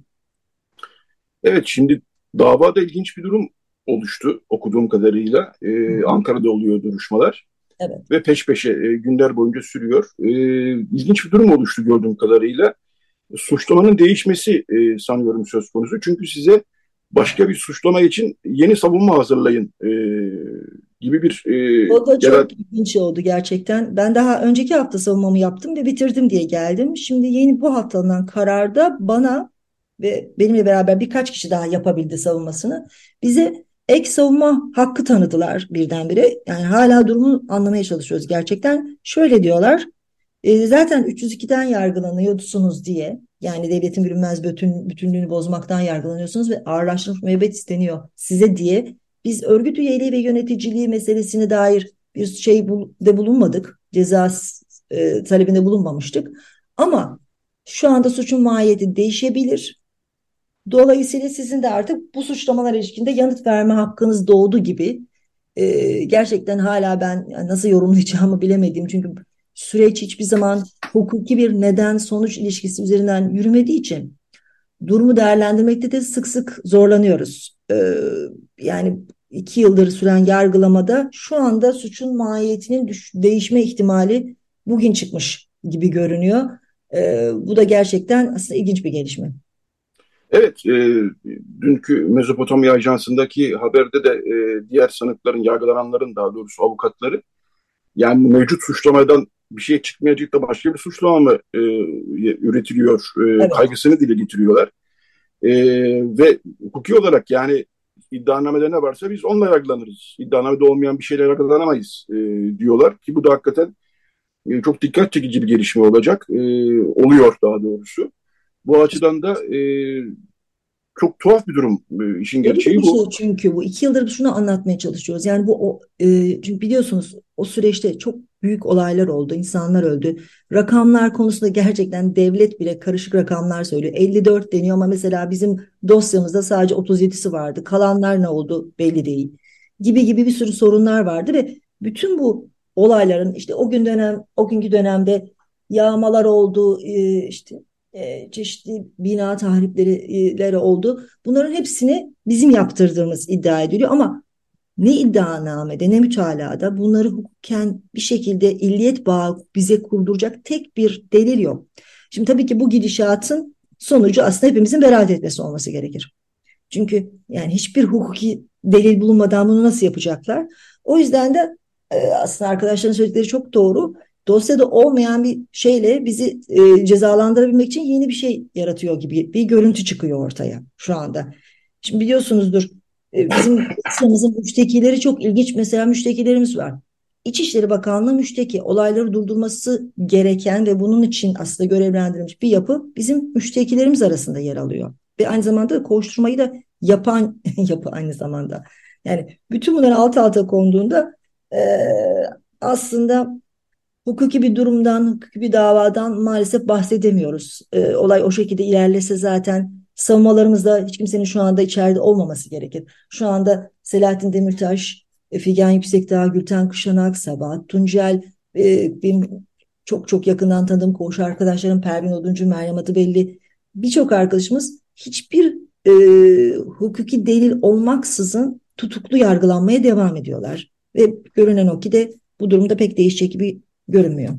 Evet, şimdi davada ilginç bir durum oluştu okuduğum kadarıyla. Hı Ee, hı. Ankara'da oluyor duruşmalar Evet. ve peş peşe e, günler boyunca sürüyor. Ee, ilginç bir durum oluştu gördüğüm kadarıyla. Suçlamanın değişmesi e, sanıyorum söz konusu. Çünkü size başka bir suçlama için yeni savunma hazırlayın e, gibi bir e, O da ya da çok ilginç oldu gerçekten. Ben daha önceki hafta savunmamı yaptım ve bitirdim diye geldim. Şimdi yeni bu haftanın kararda bana ve benimle beraber birkaç kişi daha yapabildi savunmasını. Bize ek savunma hakkı tanıdılar birdenbire. Yani hala durumu anlamaya çalışıyoruz gerçekten. Şöyle diyorlar. E, zaten üç yüz ikiden yargılanıyorsunuz diye, yani devletin bölünmez bütün, bütünlüğünü bozmaktan yargılanıyorsunuz ve ağırlaştırılmış müebbet isteniyor size diye biz örgüt üyeliği ve yöneticiliği meselesine dair bir şey bul de bulunmadık. Ceza e, talebinde bulunmamıştık. Ama şu anda suçun mahiyeti değişebilir. Dolayısıyla sizin de artık bu suçlamalar ilişkinde yanıt verme hakkınız doğdu gibi. Ee, gerçekten hala ben nasıl yorumlayacağımı bilemediğim, çünkü süreç hiçbir zaman hukuki bir neden sonuç ilişkisi üzerinden yürümediği için durumu değerlendirmekte de sık sık zorlanıyoruz. Ee, yani iki yıldır süren yargılamada şu anda suçun mahiyetinin düş- değişme ihtimali bugün çıkmış gibi görünüyor. Ee, bu da gerçekten aslında ilginç bir gelişme. Evet, e, dünkü Mezopotamya Ajansı'ndaki haberde de e, diğer sanıkların, yargılananların daha doğrusu avukatları, yani mevcut suçlamadan bir şey çıkmayacak da başka bir suçlama mı e, üretiliyor e, Evet. kaygısını dile getiriyorlar. E, ve hukuki olarak yani iddianamede ne varsa biz onunla yargılanırız. İddianamede olmayan bir şeyle yargılanamayız e, diyorlar ki bu da hakikaten e, çok dikkat çekici bir gelişme olacak. E, oluyor daha doğrusu. Bu açıdan da e, çok tuhaf bir durum. E, işin Öyle gerçeği bir şey, bu. çünkü bu iki yıldır şunu anlatmaya çalışıyoruz. Yani bu o, e, çünkü biliyorsunuz o süreçte çok büyük olaylar oldu, insanlar öldü. Rakamlar konusunda gerçekten devlet bile karışık rakamlar söylüyor. elli dört deniyor ama mesela bizim dosyamızda sadece otuz yedisi vardı. Kalanlar ne oldu belli değil. Gibi gibi bir sürü sorunlar vardı ve bütün bu olayların işte o gün dönem, o günkü dönemde yağmalar oldu, e, işte e, çeşitli bina tahripleri oldu. Bunların hepsini bizim yaptırdığımız iddia ediliyor ama ne iddianamede ne mütalada bunları hukuken bir şekilde illiyet bağı bize kurduracak tek bir delil yok. Şimdi tabii ki bu gidişatın sonucu aslında hepimizin beraat etmesi olması gerekir. Çünkü yani hiçbir hukuki delil bulunmadan bunu nasıl yapacaklar? O yüzden de e, aslında arkadaşların söyledikleri çok doğru. Dosyada olmayan bir şeyle bizi e, cezalandırabilmek için yeni bir şey yaratıyor gibi bir görüntü çıkıyor ortaya şu anda. Şimdi biliyorsunuzdur, e, bizim dosyamızın müştekileri çok ilginç. Mesela müştekilerimiz var. İçişleri Bakanlığı müşteki, olayları durdurması gereken ve bunun için aslında görevlendirilmiş bir yapı bizim müştekilerimiz arasında yer alıyor. Ve aynı zamanda da kovuşturmayı da yapan yapı aynı zamanda. Yani bütün bunlar alt alta konduğunda e, aslında hukuki bir durumdan, hukuki bir davadan maalesef bahsedemiyoruz. E, olay o şekilde ilerlese zaten savunmalarımızda hiç kimsenin şu anda içeride olmaması gerekir. Şu anda Selahattin Demirtaş, e, Figen Yüksekdağ, Gülten Kışanak, Sabahat Tuncel, e, benim çok çok yakından tanıdığım koğuş arkadaşlarım Pervin Oduncu, Meryem Adıbelli, birçok arkadaşımız hiçbir e, hukuki delil olmaksızın tutuklu yargılanmaya devam ediyorlar. Ve görünen o ki de bu durumda pek değişecek gibi görünmüyor.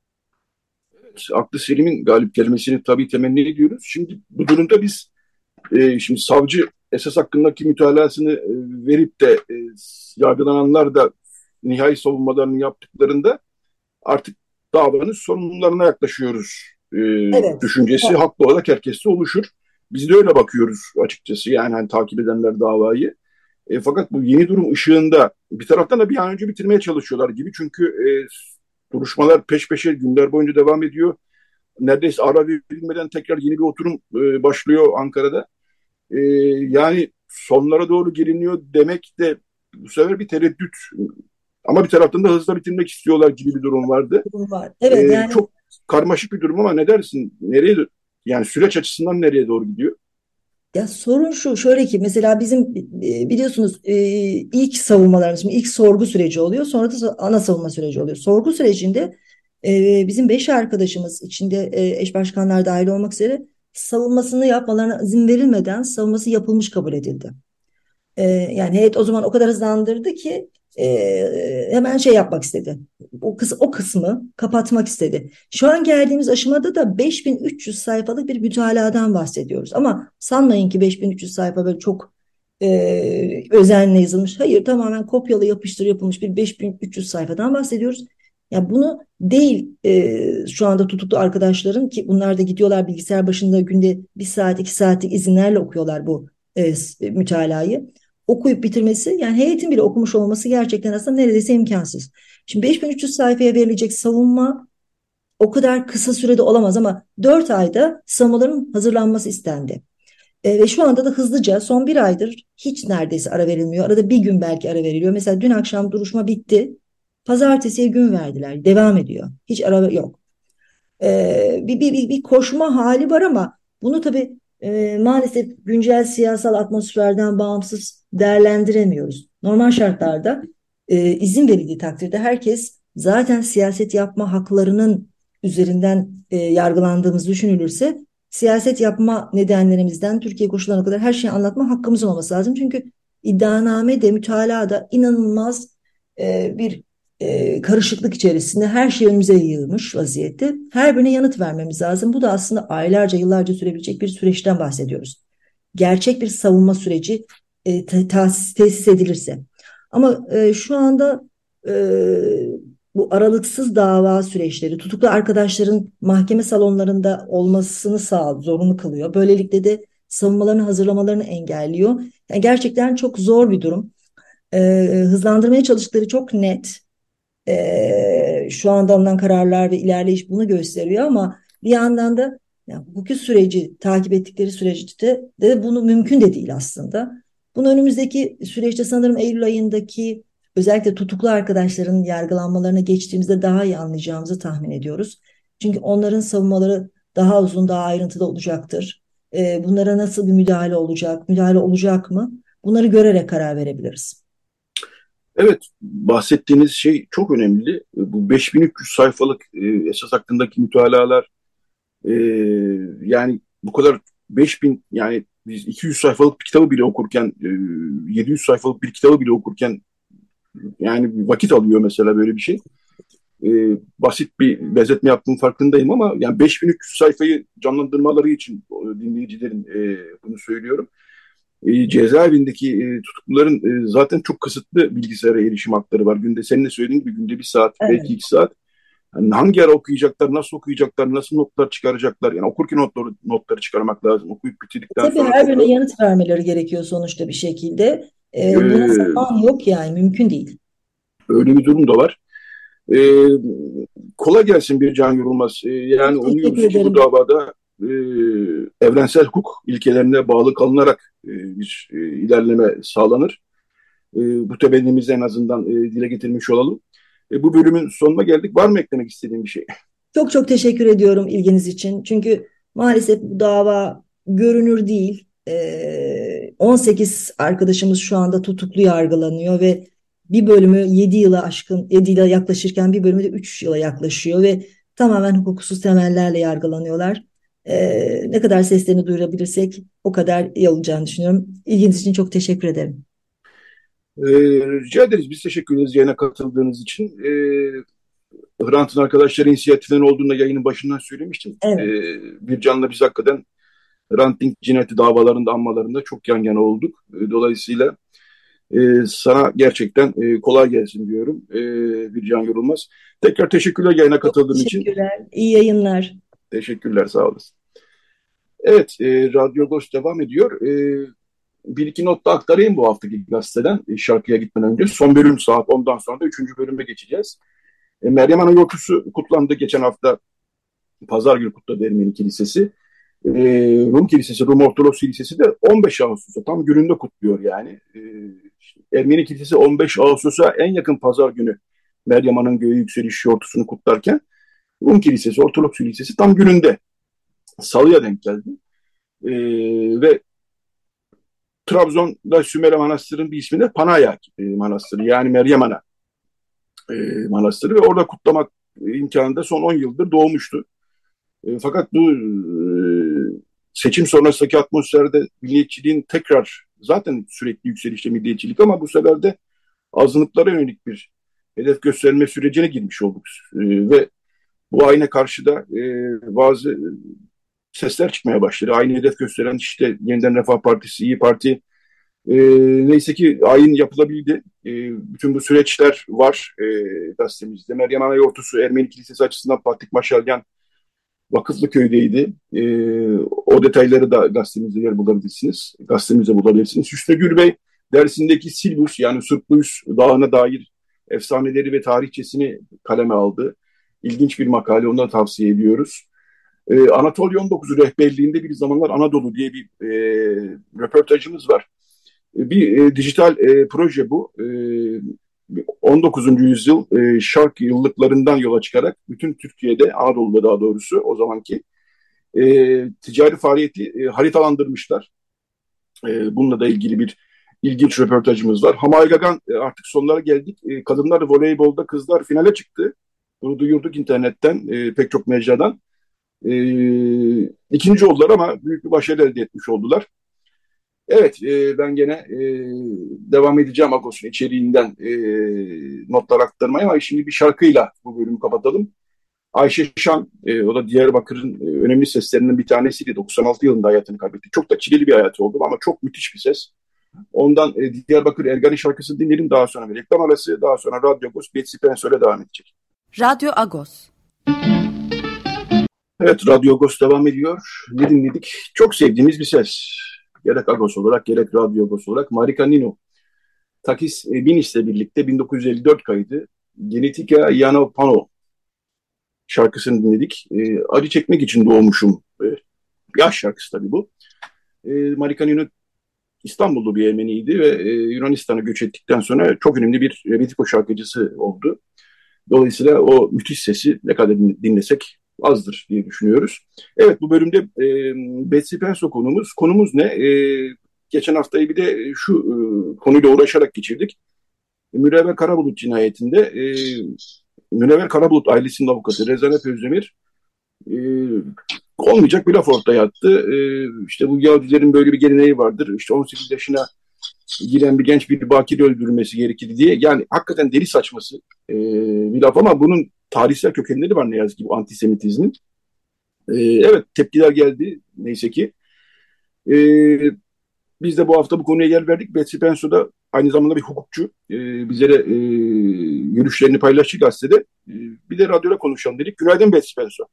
Aklı selimin galip gelmesini tabii temenni ediyoruz. Şimdi bu durumda biz e, şimdi savcı esas hakkındaki mütalasını e, verip de e, yargılananlar da nihai savunmalarını yaptıklarında artık davanın sorumlularına yaklaşıyoruz e, Evet. düşüncesi haklı olarak herkeste oluşur. Biz de öyle bakıyoruz açıkçası, yani hani takip edenler davayı. E, fakat bu yeni durum ışığında bir taraftan da bir an önce bitirmeye çalışıyorlar gibi. Çünkü e, duruşmalar peş peşe günler boyunca devam ediyor. Neredeyse ara verilmeden tekrar yeni bir oturum e, başlıyor Ankara'da. E, yani sonlara doğru geliniyor demek de bu sefer bir tereddüt. Ama bir taraftan da hızla bitirmek istiyorlar gibi bir durum vardı. Durum var. Evet, E, yani çok karmaşık bir durum ama ne dersin? Nereye, yani süreç açısından nereye doğru gidiyor? ya sorun şu, şöyle ki mesela bizim e, biliyorsunuz e, ilk savunmalarımız, ilk sorgu süreci oluyor, sonra da ana savunma süreci oluyor. Sorgu sürecinde e, bizim beş arkadaşımız, içinde e, eş başkanlar dahil olmak üzere, savunmasını yapmalarına izin verilmeden savunması yapılmış kabul edildi. E, yani heyet o zaman o kadar hızlandırdı ki e, hemen şey yapmak istedi. O, kıs o kısmı kapatmak istedi. Şu an geldiğimiz aşamada da beş bin üç yüz sayfalık bir mütaladan bahsediyoruz. Ama sanmayın ki beş bin üç yüz sayfa böyle çok e, özenle yazılmış. Hayır, tamamen kopyala yapıştır yapılmış bir beş bin üç yüz sayfadan bahsediyoruz. Ya bunu değil, e, şu anda tutuklu arkadaşların, ki bunlar da gidiyorlar bilgisayar başında günde bir saat iki saatlik izinlerle okuyorlar bu e, mütalayı. Okuyup bitirmesi, yani heyetin bile okumuş olması gerçekten aslında neredeyse imkansız. Şimdi beş bin üç yüz sayfaya verilecek savunma o kadar kısa sürede olamaz ama dört ayda savunmaların hazırlanması istendi. E, ve şu anda da hızlıca son bir aydır hiç neredeyse ara verilmiyor. Arada bir gün belki ara veriliyor. Mesela dün akşam duruşma bitti. Pazartesiye gün verdiler. Devam ediyor. Hiç ara yok. E, bir, bir, bir, bir koşma hali var ama bunu tabii e, maalesef güncel siyasal atmosferden bağımsız değerlendiremiyoruz. Normal şartlarda e, izin verildiği takdirde herkes zaten siyaset yapma haklarının üzerinden e, yargılandığımız düşünülürse siyaset yapma nedenlerimizden Türkiye koşullarına kadar her şeyi anlatma hakkımız olması lazım. Çünkü iddianame de mütalaa da inanılmaz e, bir e, karışıklık içerisinde her şey önümüze yığılmış vaziyette. Her birine yanıt vermemiz lazım. Bu da aslında aylarca yıllarca sürebilecek bir süreçten bahsediyoruz. Gerçek bir savunma süreci e, tesis, tesis edilirse. Ama e, şu anda e, bu aralıksız dava süreçleri tutuklu arkadaşların mahkeme salonlarında olmasını sağ zorunlu kılıyor. Böylelikle de savunmalarını hazırlamalarını engelliyor. Yani gerçekten çok zor bir durum. E, hızlandırmaya çalıştıkları çok net. E, şu anda alınan kararlar ve ilerleyiş bunu gösteriyor ama bir yandan da yani hukuki süreci takip ettikleri süreçte de bunu mümkün de değil aslında. Bunu önümüzdeki süreçte sanırım Eylül ayındaki özellikle tutuklu arkadaşların yargılanmalarına geçtiğimizde daha iyi anlayacağımızı tahmin ediyoruz. Çünkü onların savunmaları daha uzun, daha ayrıntılı olacaktır. E, bunlara nasıl bir müdahale olacak, müdahale olacak mı? Bunları görerek karar verebiliriz. Evet, bahsettiğiniz şey çok önemli. Bu beş bin üç yüz sayfalık e, esas hakkındaki mütalalar, e, yani bu kadar beş bin, yani biz iki yüz sayfalık bir kitabı bile okurken, e, yedi yüz sayfalık bir kitabı bile okurken yani vakit alıyor mesela böyle bir şey. E, basit bir benzetme yaptığım farkındayım ama yani beş bin üç yüz sayfayı canlandırmaları için dinleyicilerin e, bunu söylüyorum. E, cezaevindeki e, tutukluların e, zaten çok kısıtlı bilgisayara erişim hakları var. Günde senin de söylediğin gibi günde bir saat, Evet. belki iki saat. Yani hangi ara okuyacaklar, nasıl okuyacaklar, nasıl notlar çıkaracaklar? Yani okurken notları, notları çıkarmak lazım. Okuyup bitirdikten Tabii sonra her birine notları. yanıt vermeleri gerekiyor sonuçta bir şekilde. Ee, buna E, zaman yok yani mümkün değil. öyle bir durum da var. E, kolay gelsin bir Can Yorulmaz. E, yani Çok teşekkür umuyoruz ki bu ederim. davada e, evrensel hukuk ilkelerine bağlı kalınarak e, bir e, ilerleme sağlanır. E, bu temennimizi en azından e, dile getirmiş olalım. E, bu bölümün sonuna geldik. Var mı eklemek istediğin bir şey? Çok çok teşekkür ediyorum ilginiz için. Çünkü maalesef bu dava görünür değil. Ee, on sekiz arkadaşımız şu anda tutuklu yargılanıyor ve bir bölümü yedi yıla aşkın, yedi yıla yaklaşırken bir bölümü de üç yıla yaklaşıyor ve tamamen hukuksuz temellerle yargılanıyorlar. Ee, ne kadar seslerini duyurabilirsek o kadar iyi olacağını düşünüyorum. İlginiz için çok teşekkür ederim. E, rica ederiz. Biz teşekkür ederiz yayına katıldığınız için. E, Hrant'ın arkadaşları inisiyatifinin olduğunda yayının başından söylemiştim. E, Evet. bir canla biz hakikaten Hrant Dink cinayeti davalarında, anmalarında çok yan yana olduk. E, dolayısıyla e, sana gerçekten e, kolay gelsin diyorum. E, bir Can Yorulmaz. Tekrar teşekkürler yayına Çok katıldığın için. teşekkürler. İyi yayınlar. Teşekkürler, sağ olasın. Evet, e, Radyo Agos devam ediyor. E, bir iki not da aktarayım bu haftaki gazeteden e, şarkıya gitmeden önce. Son bölüm saat ondan sonra da üçüncü bölüme geçeceğiz. E, Meryem Ana Yortusu kutlandı geçen hafta. Pazar günü kutladı Ermeni Kilisesi. E, Rum Kilisesi, Rum Ortodoks Kilisesi de on beş Ağustos'ta tam gününde kutluyor yani. E, Ermeni Kilisesi on beş Ağustos'a en yakın pazar günü Meryem Ana'nın göğe yükseliş yortusunu kutlarken Rum Kilisesi, Ortodoks Kilisesi tam gününde Salı'ya denk geldi. E, ve Trabzon'da Sümele Manastırı'nın bir ismi de Panaya e, Manastırı, yani Meryem Ana e, Manastırı ve orada kutlamak imkanı da son on yıldır doğmuştu. E, fakat bu e, seçim sonrasındaki atmosferde milliyetçiliğin tekrar, zaten sürekli yükselişte milliyetçilik, ama bu sefer de azınlıklara yönelik bir hedef gösterme sürecine girmiş olduk. E, ve bu ayna karşı da e, bazı sesler çıkmaya başladı. Aynı hedef gösteren işte Yeniden Refah Partisi, İyi Parti, e, neyse ki ayin yapılabildi. E, bütün bu süreçler var e, gazetemizde. Meryem Ana Yortusu Ermeni Kilisesi açısından Patrik Maşalyan Vakıflıköy'deydi. E, o detayları da gazetemizde yer bulabilirsiniz. Gazetemizde bulabilirsiniz. Hüsnü Gürbey Dersim'deki Silbus, yani Surplus Dağı'na dair efsaneleri ve tarihçesini kaleme aldı. İlginç bir makale, onu da tavsiye ediyoruz. Ee, Anatolia on dokuzu rehberliğinde bir zamanlar Anadolu diye bir e, röportajımız var. E, bir e, dijital e, proje bu. E, on dokuzuncu yüzyıl e, şark yıllıklarından yola çıkarak bütün Türkiye'de, Anadolu'da daha doğrusu o zamanki e, ticari faaliyeti e, haritalandırmışlar. E, bununla da ilgili bir ilginç röportajımız var. Hamay Gagan, e, artık sonlara geldik. E, kadınlar voleybolda kızlar finale çıktı. Bunu duyurduk internetten, e, pek çok mecradan. E, ikinci oldular ama büyük bir başarı elde etmiş oldular. Evet, e, ben gene e, devam edeceğim Agos'un içeriğinden e, notlar aktarmaya ama şimdi bir şarkıyla bu bölümü kapatalım. Ayşe Şan, e, o da Diyarbakır'ın e, önemli seslerinden bir tanesiydi. doksan altı yılında hayatını kaybetti. Çok da çileli bir hayatı oldu ama çok müthiş bir ses. Ondan e, Diyarbakır Ergani şarkısını dinleyelim. Daha sonra bir reklam arası, daha sonra Radyo Agos, Betsy Pensol'e devam edecek. Radyo Agos. Evet, Radyo Agos devam ediyor. Ne dinledik? Çok sevdiğimiz bir ses. Gerek Agos olarak, gerek Radyo Agos olarak. Marika Nino, Takis Binis'le birlikte bin dokuz yüz elli dört kaydı. Genetika Yano Pano şarkısını dinledik. E, acı çekmek için doğmuşum. E, yaş şarkısı tabii bu. E, Marika Nino İstanbullu bir Ermeniydi ve e, Yunanistan'a göç ettikten sonra çok önemli bir Rebetiko şarkıcısı oldu. Dolayısıyla o müthiş sesi ne kadar dinlesek azdır diye düşünüyoruz. Evet, bu bölümde e, Betsy Penso konumuz. Konumuz ne? E, geçen haftayı bir de şu e, konuyla uğraşarak geçirdik. Münevver Karabulut cinayetinde e, Münevver Karabulut ailesinin avukatı Rezan Özdemir e, olmayacak bir laf ortaya attı. E, işte bu Yahudilerin böyle bir geleneği vardır. İşte on sekiz yaşına giren bir genç bir bakire öldürülmesi gerekir diye. Yani hakikaten deli saçması e, bir laf ama bunun tarihsel kökenleri var ne yazık ki bu antisemitizmin. E, evet, tepkiler geldi neyse ki. E, biz de bu hafta bu konuya yer verdik. Betsy Penso da aynı zamanda bir hukukçu. E, bizlere e, görüşlerini paylaştı gazetede. E, bir de radyoda konuşalım dedik. Günaydın Betsy Penso.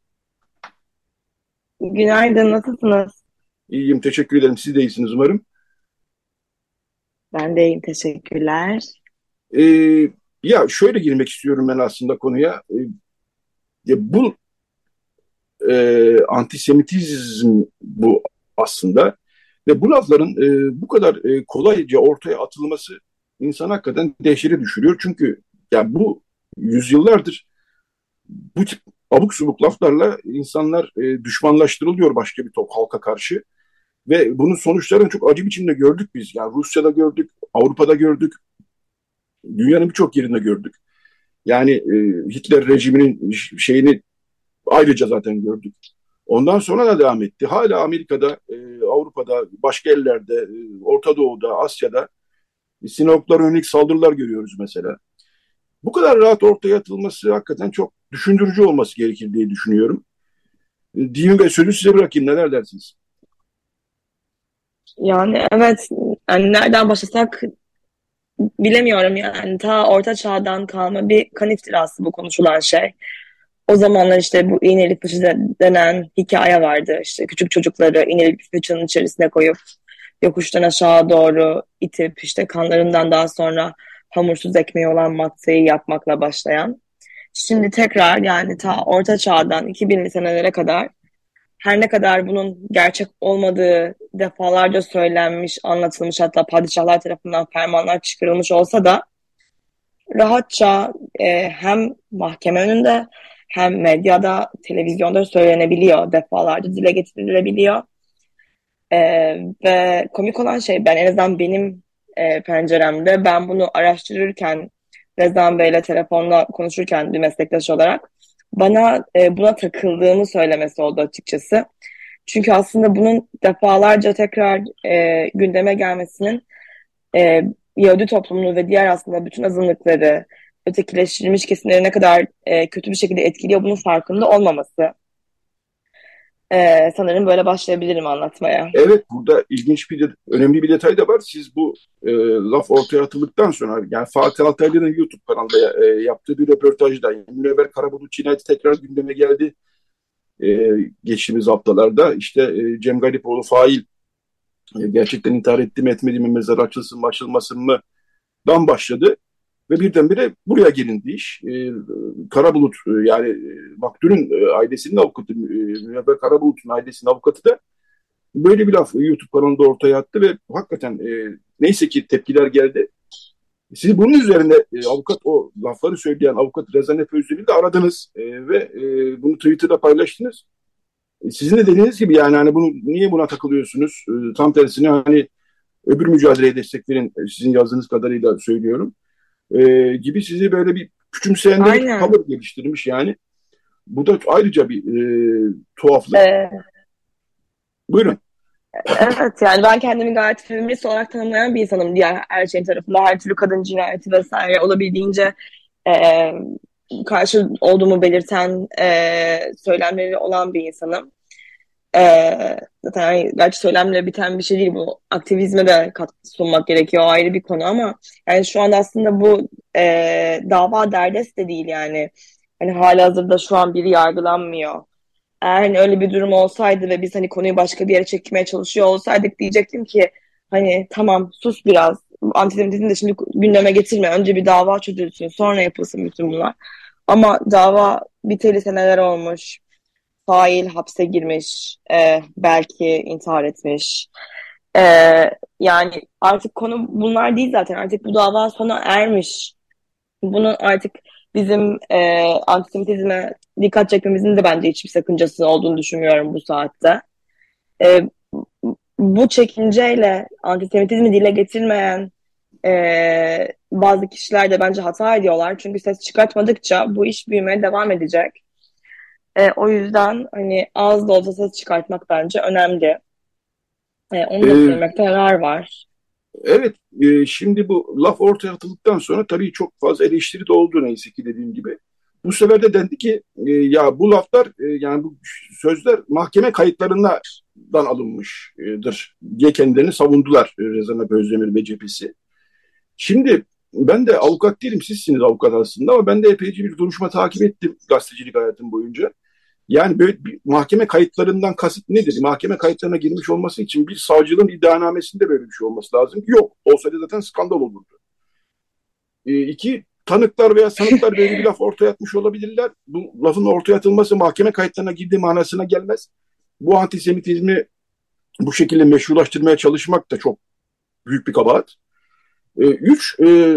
Günaydın, nasılsınız? İyiyim, teşekkür ederim. Siz de iyisiniz umarım. Ben de iyiyim, teşekkürler. E, ya şöyle girmek istiyorum ben aslında konuya. E, ya bu e, antisemitizm bu aslında ve bu lafların e, bu kadar e, kolayca ortaya atılması insan hakikaten dehşete düşürüyor. Çünkü yani bu yüzyıllardır bu tip abuk subuk laflarla insanlar e, düşmanlaştırılıyor başka bir top halka karşı ve bunun sonuçlarını çok acı biçimde gördük biz. Yani Rusya'da gördük, Avrupa'da gördük, dünyanın birçok yerinde gördük. Yani e, Hitler rejiminin şeyini ayrıca zaten gördük. Ondan sonra da devam etti. Hala Amerika'da, e, Avrupa'da, başka yerlerde, e, Orta Doğu'da, Asya'da sinagoglara yönelik saldırılar görüyoruz mesela. Bu kadar rahat ortaya atılması hakikaten çok düşündürücü olması gerekir diye düşünüyorum. E, diyeyim ve sözü size bırakayım. Neler dersiniz? Yani evet, yani nereden başlasak bilemiyorum yani. Ta Orta Çağ'dan kalma bir kan iftirası bu konuşulan şey. O zamanlar işte bu iğnelik fıçı denen hikaye vardı. İşte küçük çocukları iğnelik bir fıçının içerisine koyup yokuştan aşağı doğru itip işte kanlarından daha sonra hamursuz ekmeği olan matzayı yapmakla başlayan. Şimdi tekrar yani ta Orta Çağ'dan iki binli senelere kadar her ne kadar bunun gerçek olmadığı defalarca söylenmiş, anlatılmış, hatta padişahlar tarafından fermanlar çıkarılmış olsa da rahatça e, hem mahkeme önünde hem medyada, televizyonda söylenebiliyor, defalarca dile getirilebiliyor. E, ve komik olan şey, ben en azından benim e, penceremde, ben bunu araştırırken, Rezan Bey'le telefonla konuşurken bir meslektaş olarak bana e, buna takıldığımı söylemesi oldu açıkçası. Çünkü aslında bunun defalarca tekrar e, gündeme gelmesinin e, Yahudi toplumunu ve diğer aslında bütün azınlıkları, ötekileştirilmiş kesimleri ne kadar e, kötü bir şekilde etkiliyor, bunun farkında olmaması. E, sanırım böyle başlayabilirim anlatmaya. Evet, burada ilginç bir, de, önemli bir detay da var. Siz bu e, laf ortaya atıldıktan sonra, yani Fatih Altaylı'nın YouTube kanalında e, yaptığı bir röportajda Münevver Karabulut cinayeti tekrar gündeme geldi. E, geçtiğimiz haftalarda işte e, Cem Garipoğlu fail e, gerçekten intihar etti mi etmedi mi, mezarı açılsın mı açılmasın mı dan başladı. Ve birdenbire buraya gelindi iş. E, Karabulut e, yani e, Maktul'ün e, ailesinin avukatı, e, Münevver Karabulut'un ailesinin avukatı da böyle bir laf YouTube kanalında ortaya attı ve hakikaten e, neyse ki tepkiler geldi. Siz bunun üzerine e, avukat o lafları söyleyen avukat Rezan Efe Özdemir'i de aradınız e, ve e, bunu Twitter'da paylaştınız. E, sizin de dediğiniz gibi yani hani bunu niye buna takılıyorsunuz? E, tam tersine hani öbür mücadeleye destek verin e, sizin yazdığınız kadarıyla söylüyorum. E, gibi sizi böyle bir küçümseyen de bir Aynen. tavır geliştirmiş yani. Bu da ayrıca bir e, tuhaflık. Ee, Buyurun. evet yani ben kendimi gayet feminist olarak tanımlayan bir insanım. Diğer her şeyin tarafında her türlü kadın cinayeti vesaire olabildiğince e, karşı olduğumu belirten e, söylemleri olan bir insanım. E, zaten yani gerçi söylemle biten bir şey değil bu. Aktivizme de katkı sunmak gerekiyor. O ayrı bir konu ama yani şu anda aslında bu e, dava derdest de değil yani. Hani halihazırda şu an biri yargılanmıyor. Eğer hani öyle bir durum olsaydı ve biz hani konuyu başka bir yere çekmeye çalışıyor olsaydık diyecektim ki hani tamam sus biraz. Antisemitizmi de şimdi gündeme getirme. Önce bir dava çözülsün sonra yapılsın bütün bunlar. Ama dava biteli seneler olmuş. Fail hapse girmiş. E, belki intihar etmiş. E, yani artık konu bunlar değil zaten. Artık bu dava sona ermiş. Bunun artık bizim e, antisemitizme dikkat çekmemizin de bence hiçbir sakıncası olduğunu düşünmüyorum bu saatte. E, bu çekinceyle antisemitizmi dile getirmeyen e, bazı kişiler de bence hata ediyorlar. Çünkü ses çıkartmadıkça bu iş büyümeye devam edecek. E, o yüzden hani az da olsa ses çıkartmak bence önemli. E, onu da E, söylemekte yarar var. Evet, e, şimdi bu laf ortaya atıldıktan sonra tabii çok fazla eleştiri de oldu neyse ki dediğim gibi. Bu sefer de dendi ki e, ya bu laflar e, yani bu sözler mahkeme kayıtlarından alınmıştır diye kendilerini savundular e, Rezan Efe Özdemir ve cephesi. Şimdi ben de avukat değilim, sizsiniz avukat aslında ama ben de epeyce bir duruşma takip ettim gazetecilik hayatım boyunca. Yani böyle bir mahkeme kayıtlarından kasıt nedir? Mahkeme kayıtlarına girmiş olması için bir savcılığın iddianamesinde böyle bir şey olması lazım ki yok. Olsaydı zaten skandal olurdu. E, iki, tanıklar veya sanıklar böyle bir laf ortaya atmış olabilirler. Bu lafın ortaya atılması mahkeme kayıtlarına girdiği manasına gelmez. Bu antisemitizmi bu şekilde meşrulaştırmaya çalışmak da çok büyük bir kabahat. E, üç, e,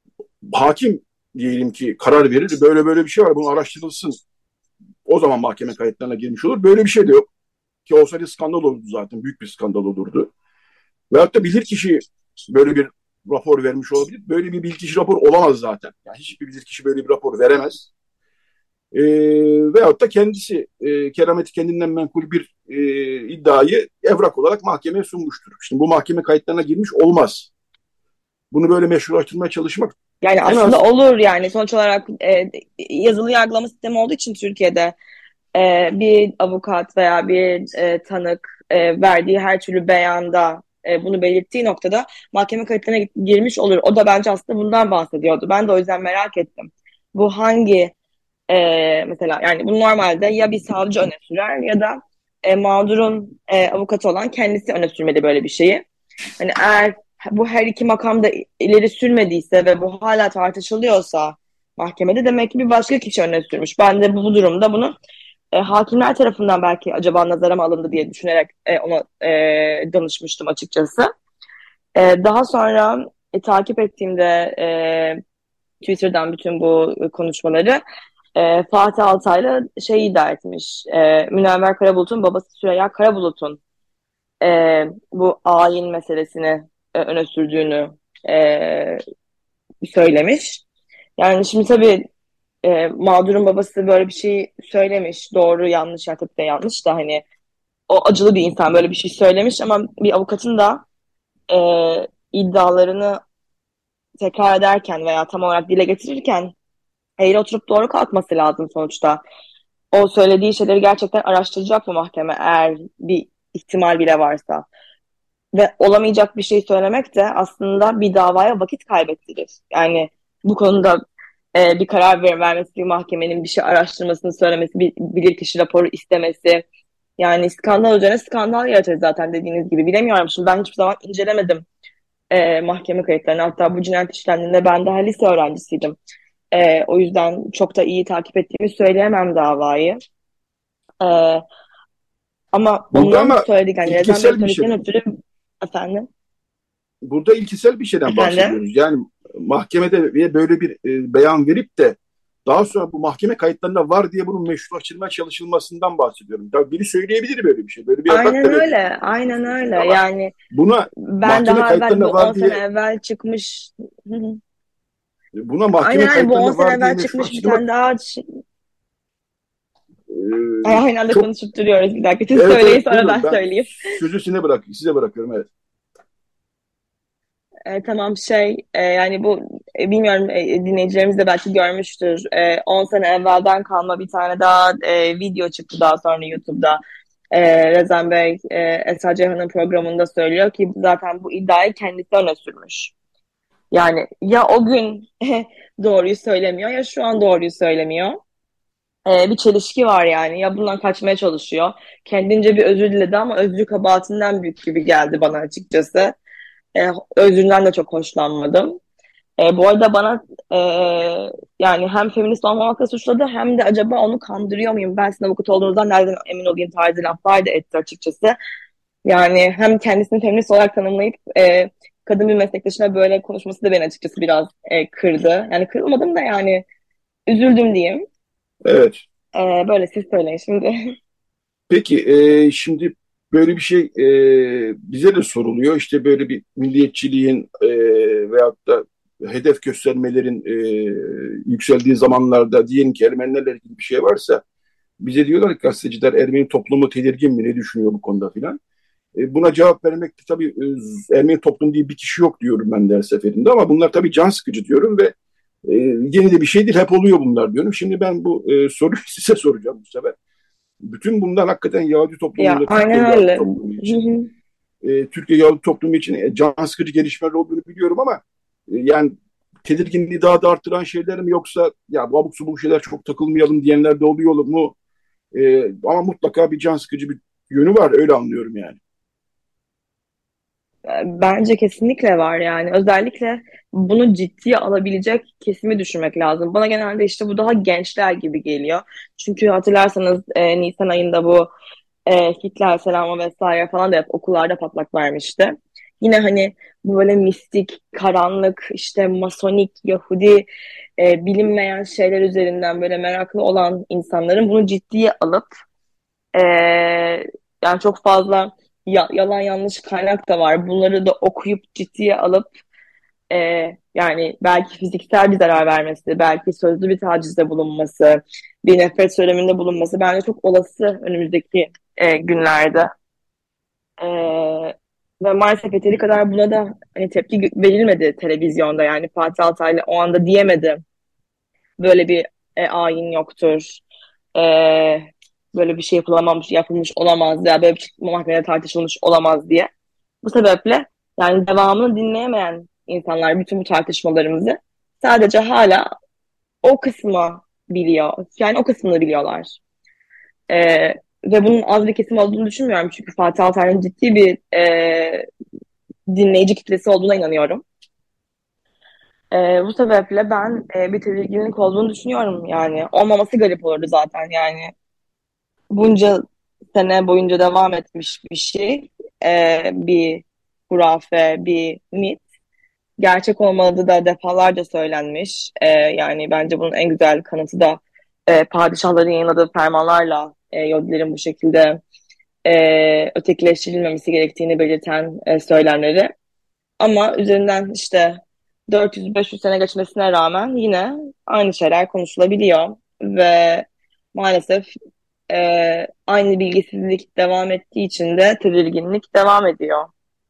hakim diyelim ki karar verir. Böyle böyle bir şey var, bunu araştırılsın. O zaman mahkeme kayıtlarına girmiş olur. Böyle bir şey de yok. Ki olsaydı skandal olurdu zaten. Büyük bir skandal olurdu. Veyahut da bilirkişi böyle bir rapor vermiş olabilir. Böyle bir bilirkişi rapor olamaz zaten. Yani hiçbir bilirkişi böyle bir rapor veremez. E, veyahut da kendisi e, kerameti kendinden menkul bir e, iddiayı evrak olarak mahkemeye sunmuştur. Şimdi bu mahkeme kayıtlarına girmiş olmaz. Bunu böyle meşrulaştırmaya çalışmak Yani en aslında az olur yani sonuç olarak e, yazılı yargılama sistemi olduğu için Türkiye'de e, bir avukat veya bir e, tanık e, verdiği her türlü beyanda e, bunu belirttiği noktada mahkeme kayıtlarına girmiş olur. O da bence aslında bundan bahsediyordu. Ben de o yüzden merak ettim. Bu hangi e, mesela yani bu normalde ya bir savcı öne sürer ya da e, mağdurun e, avukatı olan kendisi öne sürmeli böyle bir şeyi. Hani eğer bu her iki makam da ileri sürmediyse ve bu hala tartışılıyorsa mahkemede demek ki bir başka kişi öne sürmüş. Ben de bu, bu durumda bunu e, hakimler tarafından belki acaba nazara mı alındı diye düşünerek e, ona e, danışmıştım açıkçası. E, daha sonra e, takip ettiğimde e, Twitter'dan bütün bu konuşmaları e, Fatih Altaylı şey iddia etmiş. E, Münevver Karabulut'un babası Süreyya Karabulut'un e, bu ayin meselesini e, öne sürdüğünü e, söylemiş. Yani şimdi tabii e, mağdurun babası böyle bir şey söylemiş. Doğru yanlış ya tabii de yanlış da hani o acılı bir insan böyle bir şey söylemiş ama bir avukatın da e, iddialarını tekrar ederken veya tam olarak dile getirirken eğri oturup doğru kalkması lazım sonuçta. O söylediği şeyleri gerçekten araştıracak mı mahkeme eğer bir ihtimal bile varsa? Ve olamayacak bir şey söylemek de aslında bir davaya vakit kaybettirir. Yani bu konuda e, bir karar ver, vermesi, bir mahkemenin bir şey araştırmasını söylemesi, bir bilirkişi raporu istemesi. Yani skandal üzerine skandal yaratır zaten dediğiniz gibi. Bilemiyorum şimdi ben hiçbir zaman incelemedim e, mahkeme kayıtlarını. Hatta bu cinayet işlendiğinde ben daha lise öğrencisiydim. E, o yüzden çok da iyi takip ettiğimi söyleyemem davayı. E, Ama Burada onun ama söyledik hani Rezan Bey ilkesel bir şey. söylediğinden ötürü efendim. Burada ilkesel bir şeyden Efendim. bahsediyoruz. Yani mahkemede böyle bir e, beyan verip de daha sonra bu mahkeme kayıtlarında var diye bunun meşrulaştırmaya çalışılmasından bahsediyorum. Ya biri söyleyebilir böyle bir şey. Böyle bir adak Aynen da verebilir. öyle. Aynen öyle. Ama Yani buna ben mahkeme daha evvel bu kayıtlarında on var sene diye evvel çıkmış. Hı hı. buna Aynen mahkeme aynen bu on kayıtlarında sene var diye evvel çıkmış bir tane meşrulaştırmak daha ş- Ay, e, aynı anda çok konuşup duruyoruz bir dakika. Siz evet söyleyin evet sonra ben buyurun ben söyleyeyim. sözü size bırak size bırakıyorum evet. E, tamam şey e, yani bu e, bilmiyorum e, dinleyicilerimiz de belki görmüştür. E, on sene evvelden kalma bir tane daha e, video çıktı daha sonra YouTube'da. E, Rezan Bey e, Esra Ceyhan'ın programında söylüyor ki zaten bu iddiayı kendisi öne sürmüş. Yani ya o gün doğruyu söylemiyor ya şu an doğruyu söylemiyor. E, bir çelişki var yani. Ya bundan kaçmaya çalışıyor. Kendince bir özür diledi ama özrü kabahatinden büyük gibi geldi bana açıkçası. E, Özründen de çok hoşlanmadım. E, bu arada bana e, yani hem feminist olmamakla suçladı hem de acaba onu kandırıyor muyum? Ben sizin avukat olduğunuzdan nereden emin olayım tarzı laflar da etti açıkçası. Yani hem kendisini feminist olarak tanımlayıp e, kadın bir meslektaşına böyle konuşması da beni açıkçası biraz e, kırdı. Yani kırılmadım da yani üzüldüm diyeyim. Evet. E, böyle siz söyleyin şimdi. Peki e, şimdi böyle bir şey e, bize de soruluyor. İşte böyle bir milliyetçiliğin e, veyahut da hedef göstermelerin e, yükseldiği zamanlarda diyelim ki Ermenilerle ilgili bir şey varsa bize diyorlar ki gazeteciler Ermeni toplumu tedirgin mi ne düşünüyor bu konuda filan. E, buna cevap vermekte tabii e, Ermeni toplum diye bir kişi yok diyorum ben de her seferinde ama bunlar tabii can sıkıcı diyorum ve e, yeni de bir şey değil hep oluyor bunlar diyorum. Şimdi ben bu e, soruyu size soracağım bu sefer. Bütün bunlar hakikaten Yahudi Ya toplumunda, Türkiye aynen Yahudi öyle. toplumu Hı için, hı. e, Türkiye Yahudi toplumu için e, can sıkıcı gelişmeler olduğunu biliyorum ama e, yani tedirginliği daha da arttıran şeyler mi yoksa ya bu abuk subuk şeyler çok takılmayalım diyenler de oluyor mu? E, ama mutlaka bir can sıkıcı bir yönü var öyle anlıyorum yani. Bence kesinlikle var yani. Özellikle bunu ciddiye alabilecek kesimi düşünmek lazım. Bana genelde işte bu daha gençler gibi geliyor. Çünkü hatırlarsanız e, Nisan ayında bu e, Hitler selamı vesaire falan da hep okullarda patlak vermişti. Yine hani bu böyle mistik, karanlık, işte masonik, Yahudi e, bilinmeyen şeyler üzerinden böyle meraklı olan insanların bunu ciddiye alıp e, yani çok fazla ya- yalan yanlış kaynak da var. Bunları da okuyup ciddiye alıp e, yani belki fiziksel bir zarar vermesi, belki sözlü bir tacizde bulunması, bir nefret söyleminde bulunması bence çok olası önümüzdeki e, günlerde. E, Ve maalesef yeteri kadar buna da hani tepki gö- verilmedi televizyonda. Yani Fatih Altaylı o anda diyemedi. Böyle bir e, ayin yoktur. E, Böyle bir şey yapılamamış, yapılmış olamaz ya böyle bir şey mahkemede tartışılmış olamaz diye. Bu sebeple yani devamını dinleyemeyen insanlar bütün bu tartışmalarımızı sadece hala o kısmı biliyor. Yani o kısmını biliyorlar. Ee, Ve bunun az bir kesim olduğunu düşünmüyorum. Çünkü Fatih Altaylı'nın ciddi bir e, dinleyici kitlesi olduğuna inanıyorum. Ee, bu sebeple ben e, bir tedirginlik olduğunu düşünüyorum yani. Olmaması garip olurdu zaten yani. Bunca sene boyunca devam etmiş bir şey. Ee, bir hurafe, bir mit. Gerçek olmadığı da defalarca söylenmiş. Ee, yani bence bunun en güzel kanıtı da e, padişahların yayınladığı fermanlarla e, Yahudilerin bu şekilde e, ötekileştirilmemesi gerektiğini belirten e, söylemleri. Ama üzerinden işte dört yüz beş yüz sene geçmesine rağmen yine aynı şeyler konuşulabiliyor ve maalesef e, aynı bilgisizlik devam ettiği için de tedirginlik devam ediyor.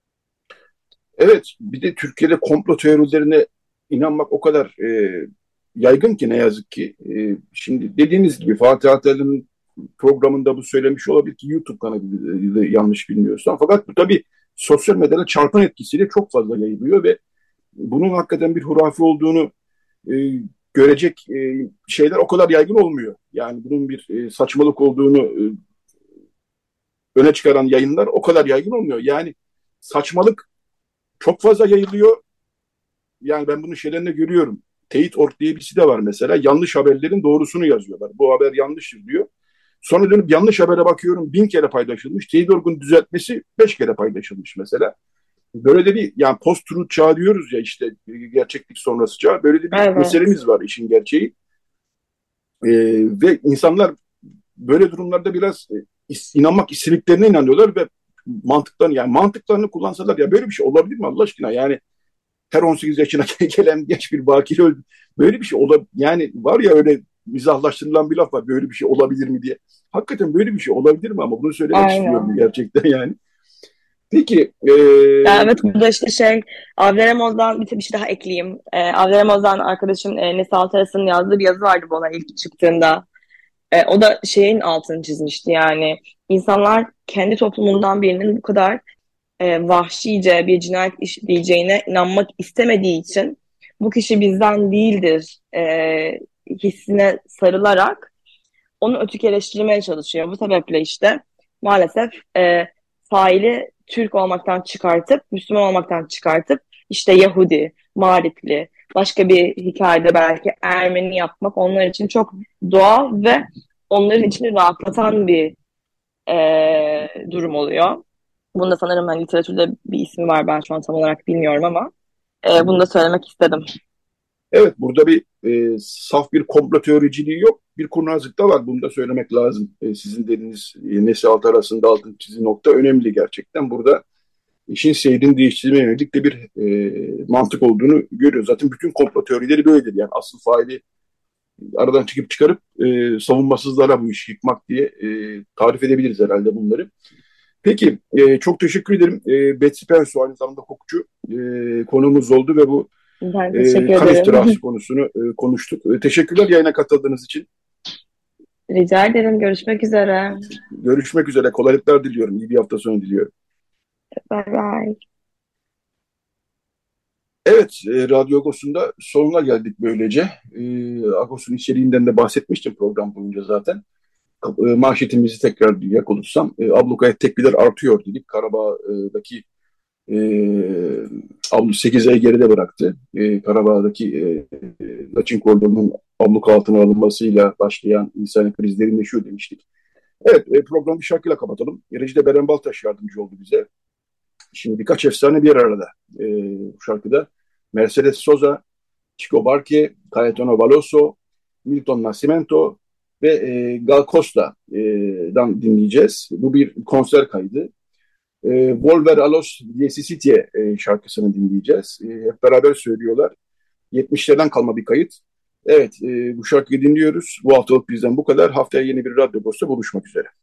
Evet bir de Türkiye'de komplo teorilerine inanmak o kadar e, yaygın ki ne yazık ki. E, şimdi dediğiniz gibi Fatih Altaylı'nın programında bu söylemiş olabilir ki YouTube kanalı yanlış bilmiyorsam. Fakat bu tabii sosyal medyada çarpan etkisiyle çok fazla yayılıyor ve bunun hakikaten bir hurafe olduğunu e, görecek e, şeyler o kadar yaygın olmuyor. Yani bunun bir e, saçmalık olduğunu e, öne çıkaran yayınlar o kadar yaygın olmuyor. Yani saçmalık çok fazla yayılıyor. Yani ben bunu şeylerinde görüyorum. Teyit nokta org diye bir site var mesela. Yanlış haberlerin doğrusunu yazıyorlar. Bu haber yanlıştır diyor. Sonra dönüp yanlış habere bakıyorum, bin kere paylaşılmış. Teyit nokta org'un düzeltmesi beş kere paylaşılmış mesela. Böyle de bir, yani post-truth çağı diyoruz ya, işte gerçeklik sonrası çağ. Böyle de bir Evet. meselemiz var, işin gerçeği. Ee, ve insanlar böyle durumlarda biraz e, inanmak istediklerine inanıyorlar ve mantıklarını, yani mantıklarını kullansalar, ya böyle bir şey olabilir mi Allah aşkına? Yani her on sekiz yaşına gelen genç bir bakire öldü. Böyle bir şey olabilir. Yani var ya, öyle mizahlaştırılan bir laf var. Böyle bir şey olabilir mi diye. Hakikaten böyle bir şey olabilir mi? Ama bunu söylemek istiyorum Aynen. gerçekten yani. Peki. E, Ya evet, burada işte şey, Avleremoz'dan bir, bir şey daha ekleyeyim. Ee, Avleremoz'dan arkadaşım e, Nesal Taras'ın yazdığı bir yazı vardı bu olay ilk çıktığında. E, o da şeyin altını çizmişti, yani insanlar kendi toplumundan birinin bu kadar e, vahşice bir cinayet işleyeceğine inanmak istemediği için bu kişi bizden değildir e, hissine sarılarak onu ötekileştirmeye çalışıyor. Bu sebeple işte maalesef e, faili Türk olmaktan çıkartıp, Müslüman olmaktan çıkartıp işte Yahudi, Mağripli, başka bir hikayede belki Ermeni yapmak onlar için çok doğal ve onların içini rahatlatan bir e, durum oluyor. Bunda sanırım hani literatürde bir ismi var, ben şu an tam olarak bilmiyorum ama e, bunu da söylemek istedim. evet, burada bir e, saf bir komplo teoriciliği yok. Bir kurnazlık da var. Bunu da söylemek lazım. E, sizin dediğiniz e, nesil altı arasında altın çizgi nokta önemli gerçekten. Burada işin seyrini değiştirmeye yönelik de bir e, mantık olduğunu görüyoruz. Zaten bütün komplo teorileri böyledir. Yani asıl faili aradan çıkıp çıkarıp e, savunmasızlara bu işi yıkmak diye e, tarif edebiliriz herhalde bunları. Peki, e, çok teşekkür ederim. E, Betsy Penso aynı zamanda hukukçu e, konuğumuz oldu ve bu Ben e, teşekkür kan ederim. iftirası konusunu e, konuştuk. E, teşekkürler yayına katıldığınız için. Rica ederim. Görüşmek üzere. Görüşmek üzere. Kolaylıklar diliyorum. İyi bir hafta sonu diliyorum. Bye bye. Evet, e, Radyo Agos'un da sonuna geldik böylece. E, Agos'un içeriğinden de bahsetmiştim program boyunca zaten. E, manşetimizi tekrar duyacak olursam, e, ablukaya tepkiler artıyor dedik. Karabağ'daki e, ablu sekiz ay geride bıraktı. E, Karabağ'daki e, Laçin koridorunun abluka altına alınmasıyla başlayan insani krizlerinde şu demiştik. Evet, e, programı bir şarkıyla kapatalım. Rejide Beren Baltaş yardımcı oldu bize. Şimdi birkaç efsane bir arada e, bu şarkıda. Mercedes Sosa, Chico Buarque, Caetano Veloso, Milton Nascimento ve e, Gal Costa'dan dinleyeceğiz. Bu bir konser kaydı. E, Volver a los diecisiete e, şarkısını dinleyeceğiz. E, hep beraber söylüyorlar. yetmişlerden kalma bir kayıt. Evet, e, bu şarkıyı dinliyoruz. Bu haftalık bizden bu kadar. Haftaya yeni bir Radyo Agos'ta buluşmak üzere.